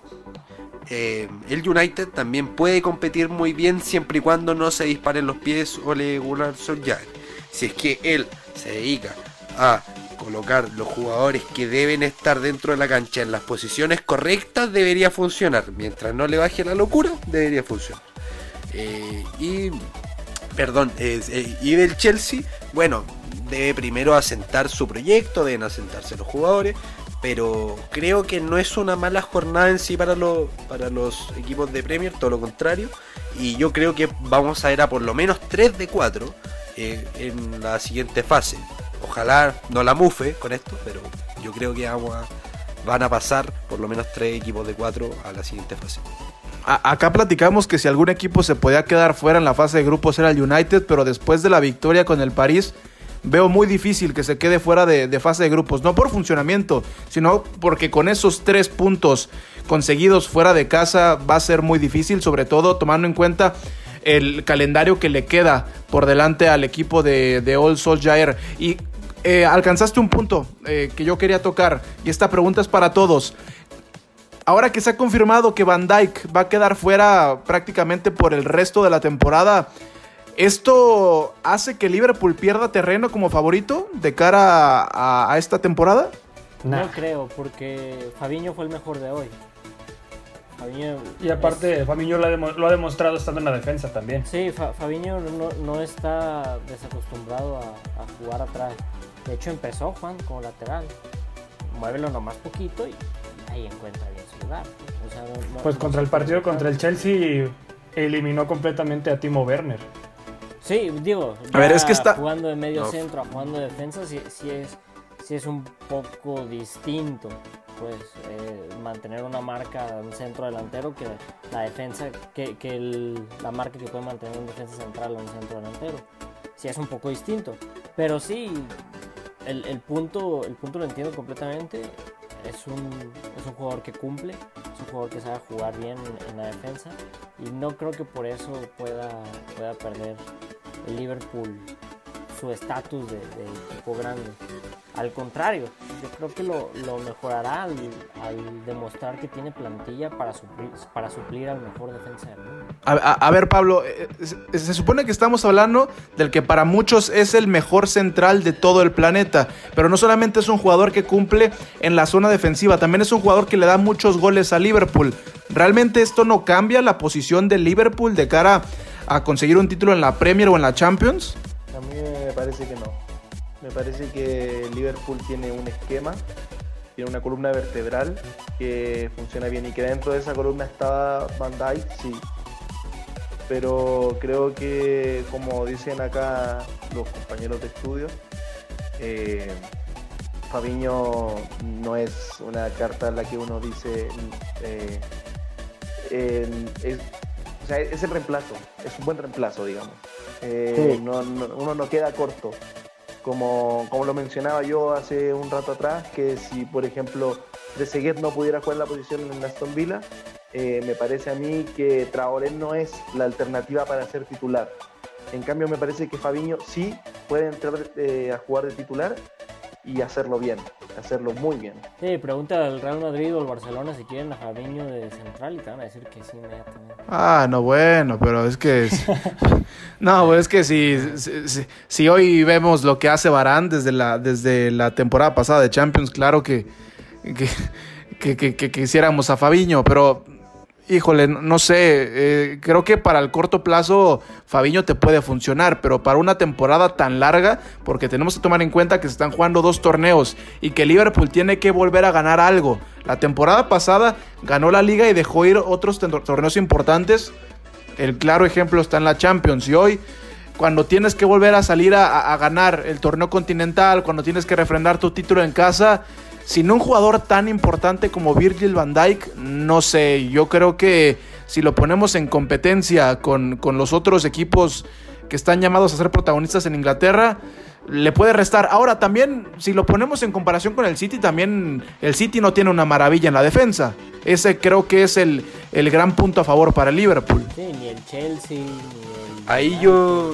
B: Eh, el United también puede competir muy bien siempre y cuando no se disparen los pies Ole Gunnar Solskjaer. Si es que él se dedica a colocar los jugadores que deben estar dentro de la cancha en las posiciones correctas, debería funcionar. Mientras no le baje la locura, debería funcionar. Eh, y perdón, eh, eh, y del Chelsea, bueno, debe primero asentar su proyecto, deben asentarse los jugadores, pero creo que no es una mala jornada en sí para, lo, para los equipos de Premier, todo lo contrario, y yo creo que vamos a ver a por lo menos tres de cuatro eh, en la siguiente fase. Ojalá no la mufe con esto, pero yo creo que vamos a, van a pasar por lo menos tres equipos de cuatro a la siguiente fase.
D: A- acá platicamos que si algún equipo se podía quedar fuera en la fase de grupos era el United, pero después de la victoria con el París, veo muy difícil que se quede fuera de, de fase de grupos, no por funcionamiento, sino porque con esos tres puntos conseguidos fuera de casa va a ser muy difícil, sobre todo tomando en cuenta el calendario que le queda por delante al equipo de, de Ole Solskjaer. Y eh, alcanzaste un punto eh, que yo quería tocar, y esta pregunta es para todos. Ahora que se ha confirmado que Van Dijk va a quedar fuera prácticamente por el resto de la temporada, ¿esto hace que Liverpool pierda terreno como favorito de cara a, a esta temporada?
C: No creo, porque Fabinho fue el mejor de hoy. Fabinho
E: Y aparte,
C: es...
E: Fabinho lo ha, demo- lo ha demostrado estando en la defensa también.
C: Sí, Fa- Fabinho no, no está desacostumbrado a, a jugar atrás. De hecho, empezó Juan como lateral. Muévelo nomás poquito y ahí encuentra bien su lugar. O sea, no,
E: Pues
C: no
E: contra
C: se
E: el partido
C: puede
E: contra el
C: buscar.
E: Chelsea eliminó completamente a Timo Werner.
C: Sí, Sí, digo,
D: A ver, es que está...
C: jugando de medio
B: No.
C: centro a jugando de defensa, sí, sí, es, sí es un poco distinto, pues, eh, mantener una marca de un centro delantero que la defensa, que, que el, la marca que puede mantener un defensa central o un centro delantero. Sí es un poco distinto, pero sí, el, el, punto, el punto lo entiendo completamente. Es un, es un jugador que cumple, es un jugador que sabe jugar bien en, en la defensa y no creo que por eso pueda, pueda perder el Liverpool su estatus de, de equipo grande. Al contrario, yo creo que lo, lo mejorará al, al demostrar que tiene plantilla para suplir, para suplir al mejor defensa del mundo.
D: A, a, a ver, Pablo, eh, se, se supone que estamos hablando del que para muchos es el mejor central de todo el planeta, pero no solamente es un jugador que cumple en la zona defensiva, también es un jugador que le da muchos goles a Liverpool. ¿Realmente esto no cambia la posición de Liverpool de cara a conseguir un título en la Premier o en la Champions?
A: A mí me parece que no. Me parece que Liverpool tiene un esquema, tiene una columna vertebral que funciona bien y que dentro de esa columna está Van Dijk, sí. Pero creo que, como dicen acá los compañeros de estudio, eh, Fabinho no es una carta en la que uno dice... Eh, eh, es, o sea, es el reemplazo, es un buen reemplazo, digamos. Eh, sí. no, no, uno no queda corto. Como, como lo mencionaba yo hace un rato atrás, que si por ejemplo Trezeguet no pudiera jugar la posición en Aston Villa, eh, me parece a mí que Traoré no es la alternativa para ser titular. En cambio me parece que Fabinho sí puede entrar eh, a jugar de titular y hacerlo bien, hacerlo muy bien.
C: Sí, pregunta al Real Madrid o al Barcelona si quieren a Fabinho de central y te van a decir que sí inmediatamente.
D: Ah, no, bueno, pero es que... Es... no, es que si, si, si hoy vemos lo que hace Varane desde la, desde la temporada pasada de Champions, claro que, que, que, que, que quisiéramos a Fabinho, pero... Híjole, no sé, eh, creo que para el corto plazo Fabinho te puede funcionar, pero para una temporada tan larga, porque tenemos que tomar en cuenta que se están jugando dos torneos y que Liverpool tiene que volver a ganar algo. La temporada pasada ganó la Liga y dejó ir otros torneos importantes. El claro ejemplo está en la Champions y hoy, cuando tienes que volver a salir a, a ganar el torneo continental, cuando tienes que refrendar tu título en casa... Sin un jugador tan importante como Virgil van Dijk, no sé, yo creo que si lo ponemos en competencia con, con los otros equipos que están llamados a ser protagonistas en Inglaterra, le puede restar. Ahora también, si lo ponemos en comparación con el City, también el City no tiene una maravilla en la defensa. Ese creo que es el, el gran punto a favor para el Liverpool.
C: Sí, ni el Chelsea, ni el...
B: Ahí yo...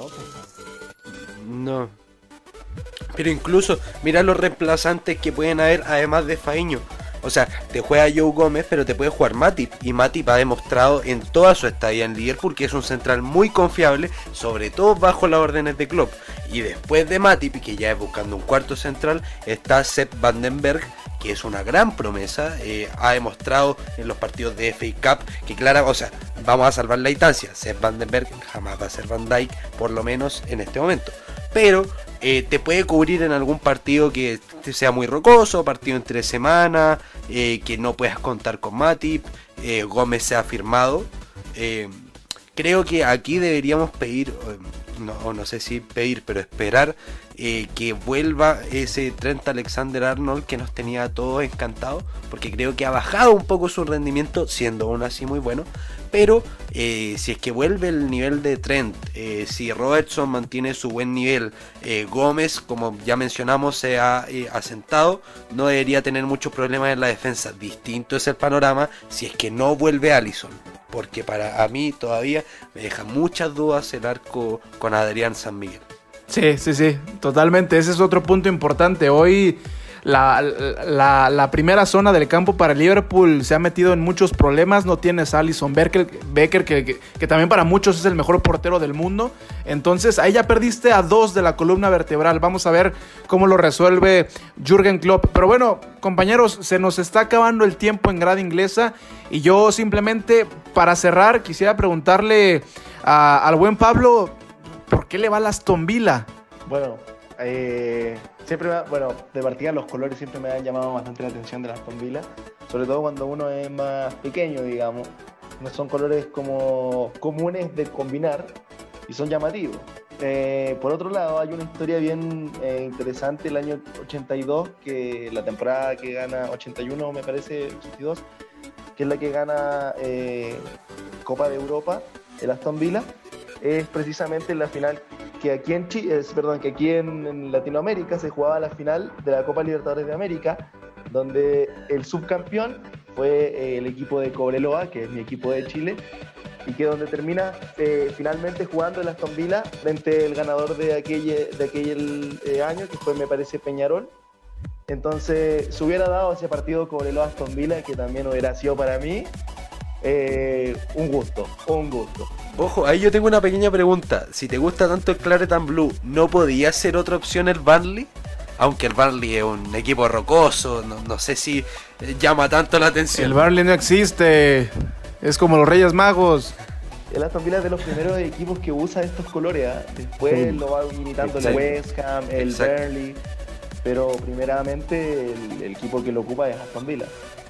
B: No... Pero incluso, mira los reemplazantes que pueden haber además de Fabinho. O sea, te juega Joe Gómez, pero te puede jugar Matip. Y Matip ha demostrado en toda su estadía en Liverpool que es un central muy confiable, sobre todo bajo las órdenes de Klopp. Y después de Matip, que ya es buscando un cuarto central, está Sepp van den Berg, que es una gran promesa. Eh, ha demostrado en los partidos de F A Cup que clara, o sea, vamos a salvar la distancia. Sepp van den Berg jamás va a ser Van Dijk, por lo menos en este momento. Pero eh, te puede cubrir en algún partido que sea muy rocoso, partido entre semana, eh, que no puedas contar con Matip, eh, Gómez se ha firmado. Eh, creo que aquí deberíamos pedir, no, o no sé si pedir, pero esperar eh, que vuelva ese Trent Alexander-Arnold que nos tenía a todos encantados, porque creo que ha bajado un poco su rendimiento, siendo aún así muy bueno. Pero eh, si es que vuelve el nivel de Trent, eh, si Robertson mantiene su buen nivel, eh, Gómez, como ya mencionamos, se ha eh, asentado, no debería tener muchos problemas en la defensa. Distinto es el panorama si es que no vuelve Alisson, porque para a mí todavía me deja muchas dudas el arco con Adrián San Miguel.
D: Sí, sí, sí, totalmente. Ese es otro punto importante. Hoy... La, la, la primera zona del campo para Liverpool se ha metido en muchos problemas. No tienes a Alisson Becker, Becker que, que, que también para muchos es el mejor portero del mundo. Entonces ahí ya perdiste a dos de la columna vertebral. Vamos a ver cómo lo resuelve Jürgen Klopp. Pero bueno, compañeros, se nos está acabando el tiempo en grada inglesa. Y yo simplemente, para cerrar, quisiera preguntarle a, al buen Pablo, ¿por qué le va a Aston Villa?
A: Bueno, eh... Siempre, me, bueno, de partida los colores siempre me han llamado bastante la atención de la Aston Villa, sobre todo cuando uno es más pequeño, digamos. No son colores como comunes de combinar, y son llamativos. Eh, por otro lado, hay una historia bien eh, interesante el año ochenta y dos, que la temporada que gana, ochenta y uno me parece, ochenta y dos, que es la que gana eh, Copa de Europa, el Aston Villa, es precisamente la final que aquí en Chile, perdón, que aquí en, en Latinoamérica se jugaba la final de la Copa Libertadores de América, donde el subcampeón fue eh, el equipo de Cobreloa, que es mi equipo de Chile, y que donde termina eh, finalmente jugando el Aston Villa frente al ganador de aquel, de aquel eh, año, que fue, me parece, Peñarol. Entonces, se hubiera dado ese partido Cobreloa-Aston Villa, que también hubiera sido para mí eh, un gusto, un gusto.
B: Ojo, ahí yo tengo una pequeña pregunta. Si te gusta tanto el Claret and Blue, ¿no podía ser otra opción el Burnley? Aunque el Burnley es un equipo rocoso, no, no sé si llama tanto la atención.
D: El Burnley no existe, es como los Reyes Magos.
A: El Aston Villa es de los primeros equipos que usa estos colores, ¿eh? Después sí. Lo va imitando
B: Exacto.
A: el West Ham, el
B: Exacto.
A: Burnley, pero primeramente el, el equipo que lo ocupa es Aston Villa.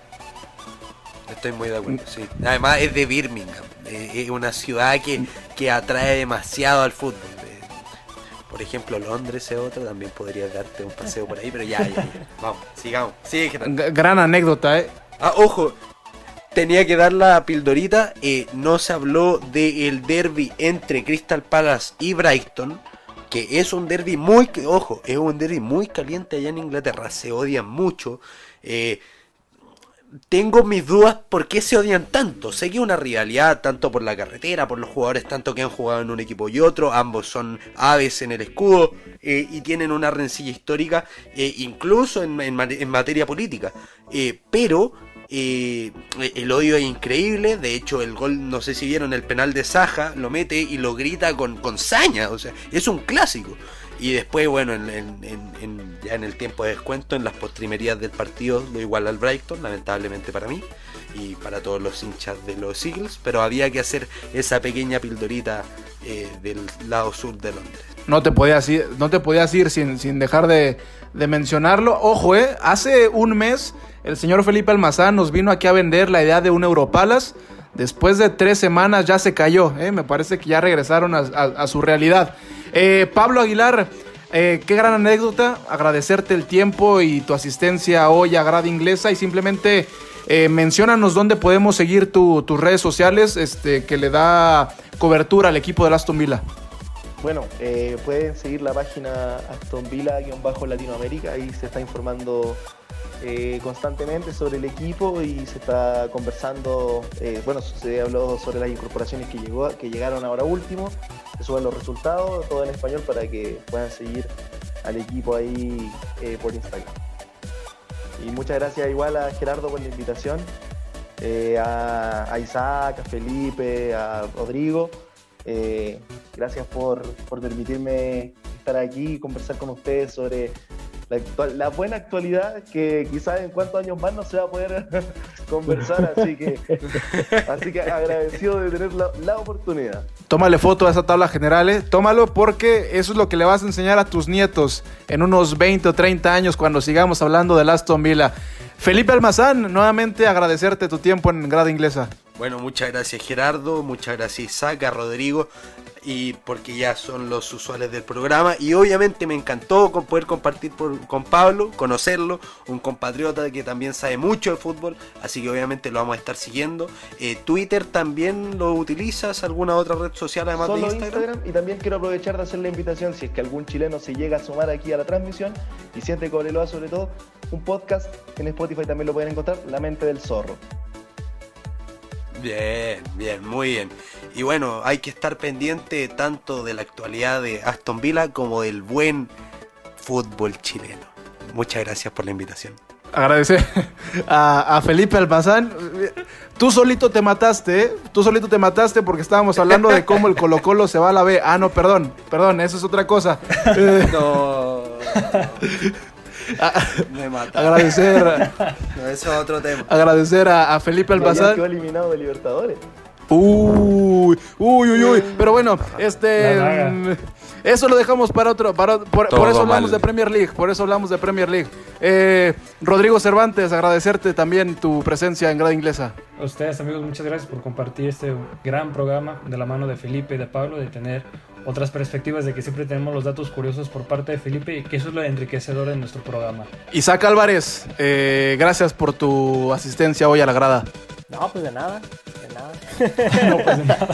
B: Estoy muy de acuerdo, sí. Además es de Birmingham, es una ciudad que, que atrae demasiado al fútbol. Por ejemplo, Londres es otro, también podrías darte un paseo por ahí, pero ya, ya, ya. Vamos, sigamos. Sigue,
D: G- gran anécdota, ¿eh?
B: Ah, ojo, tenía que dar la pildorita, eh, no se habló del derbi entre Crystal Palace y Brighton, que es un derbi muy, ojo, es un derbi muy caliente allá en Inglaterra, se odian mucho. Eh, tengo mis dudas por qué se odian tanto. Sé que es una rivalidad tanto por la carretera, por los jugadores tanto que han jugado en un equipo y otro, ambos son aves en el escudo eh, y tienen una rencilla histórica, eh, incluso en, en, en materia política, eh, pero eh, el odio es increíble. De hecho el gol, no sé si vieron el penal de Saja, lo mete y lo grita con, con saña, o sea, es un clásico. Y después, bueno, en, en, en, en, ya en el tiempo de descuento, en las postrimerías del partido, lo iguala al Brighton, lamentablemente para mí y para todos los hinchas de los Eagles, pero había que hacer esa pequeña pildorita eh, del lado sur de Londres.
D: No te podías ir, no te podías ir sin, sin dejar de, de mencionarlo. Ojo, eh, hace un mes el señor Felipe Almazán nos vino aquí a vender la idea de un Europalace. Después de tres semanas ya se cayó, eh, me parece que ya regresaron a, a, a su realidad. Eh, Pablo Aguilar, eh, qué gran anécdota, agradecerte el tiempo y tu asistencia hoy a Grada Inglesa, y simplemente eh, menciónanos dónde podemos seguir tu, tus redes sociales, este, que le da cobertura al equipo del Aston Villa.
A: Bueno, eh, pueden seguir la página Aston Villa-Latinoamérica, ahí se está informando eh, constantemente sobre el equipo y se está conversando, eh, bueno, se habló sobre las incorporaciones que, llegó, que llegaron ahora último, se suben los resultados, todo en español para que puedan seguir al equipo ahí eh, por Instagram. Y muchas gracias igual a Gerardo por la invitación, eh, a, a Isaac, a Felipe, a Rodrigo. Eh, gracias por, por permitirme estar aquí y conversar con ustedes sobre la, actual, la buena actualidad que quizás en cuántos años más no se va a poder conversar, así que, así que agradecido de tener la, la oportunidad.
D: Tómale foto a esa tabla general, ¿eh? Tómalo, porque eso es lo que le vas a enseñar a tus nietos en unos veinte o treinta años cuando sigamos hablando del Aston Villa. Felipe Almazán, nuevamente agradecerte tu tiempo en Grada Inglesa.
B: Bueno, muchas gracias Gerardo, muchas gracias Isaac, a Rodrigo, y porque ya son los usuales del programa, y obviamente me encantó con poder compartir por, con Pablo, conocerlo, un compatriota que también sabe mucho de fútbol, así que obviamente lo vamos a estar siguiendo. eh, Twitter también lo utilizas, alguna otra red social además
A: Solo
B: de Instagram?
A: Instagram. Y también quiero aprovechar de hacer la invitación, si es que algún chileno se llega a sumar aquí a la transmisión y siente Cobreloa sobre todo, un podcast en Spotify también lo pueden encontrar, La Mente del Zorro.
B: Bien, bien, muy bien. Y bueno, hay que estar pendiente tanto de la actualidad de Aston Villa como del buen fútbol chileno. Muchas gracias por la invitación.
D: Agradecer a, a Felipe Almazán. Tú solito te mataste, ¿eh? Tú solito te mataste porque estábamos hablando de cómo el Colo Colo se va a la B. Ah, no, perdón, perdón, eso es otra cosa.
B: No... Me mata.
D: Agradecer,
B: no, eso es otro tema.
D: agradecer a, a Felipe Almazán.
A: Quedó eliminado de Libertadores.
D: Uy, uy, uy, uy. Pero bueno, este, mm, eso lo dejamos para otro, para, por, por eso hablamos
B: mal.
D: de Premier League, por eso hablamos de Premier League. Eh, Rodrigo Cervantes, agradecerte también tu presencia en Grada Inglesa.
E: A ustedes, amigos, muchas gracias por compartir este gran programa de la mano de Felipe y de Pablo, de tener otras perspectivas, de que siempre tenemos los datos curiosos por parte de Felipe y que eso es lo enriquecedor de nuestro programa.
D: Isaac Álvarez, eh, gracias por tu asistencia hoy a la grada.
C: No, pues de nada, de nada.
E: No, pues de nada.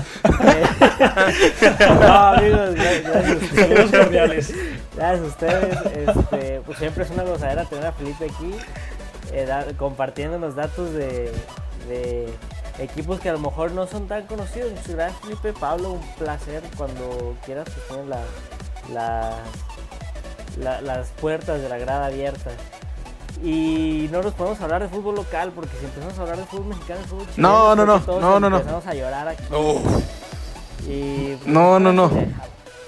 C: No, amigos, gracias a ustedes.
E: Saludos cordiales.
C: Gracias a ustedes. Este, pues siempre es una gozadera tener a Felipe aquí, eh, da, compartiéndonos datos de, de equipos que a lo mejor no son tan conocidos. Muchas gracias, Felipe. Pablo, un placer. Cuando quieras, pues tienes la, la, la, las puertas de la grada abiertas. Y no nos podemos hablar de fútbol local, porque si empezamos a hablar de fútbol mexicano, de fútbol chileno,
D: No, no, no,
C: todos
D: no, no, no.
C: empezamos a llorar aquí.
B: Oh.
C: Y, pues,
D: No, no, no.
C: deja.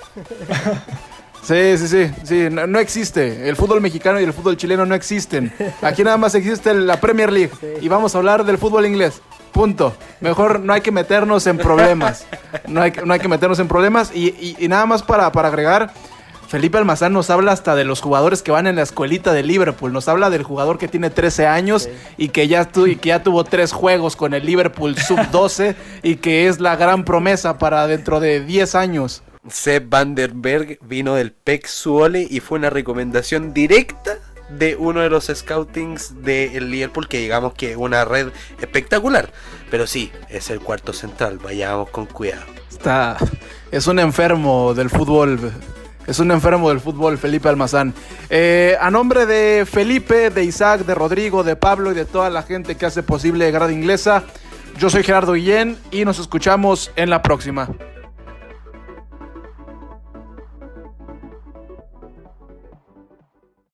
D: Sí, sí, sí, sí, no, no existe. El fútbol mexicano y el fútbol chileno no existen. Aquí nada más existe la Premier League.
C: Sí.
D: Y vamos a hablar del fútbol inglés. Punto. Mejor no hay que meternos en problemas. No hay, que- no hay que meternos en problemas. Y, y- y nada más para, para agregar, Felipe Almazán nos habla hasta de los jugadores que van en la escuelita de Liverpool. Nos habla del jugador que tiene trece años
C: Sí.
D: y, que ya tu- y que ya tuvo tres juegos con el Liverpool sub doce y que es la gran promesa para dentro de diez años.
B: Sepp van der Berg vino del P E C Zwolle y fue una recomendación directa de uno de los scoutings del Liverpool, que digamos que es una red espectacular. Pero sí, es el cuarto central, vayamos con cuidado.
D: Está, es un enfermo del fútbol. Es un enfermo del fútbol, Felipe Almazán. Eh, a nombre de Felipe, de Isaac, de Rodrigo, de Pablo y de toda la gente que hace posible Grada Inglesa, yo soy Gerardo Guillén y nos escuchamos en la próxima.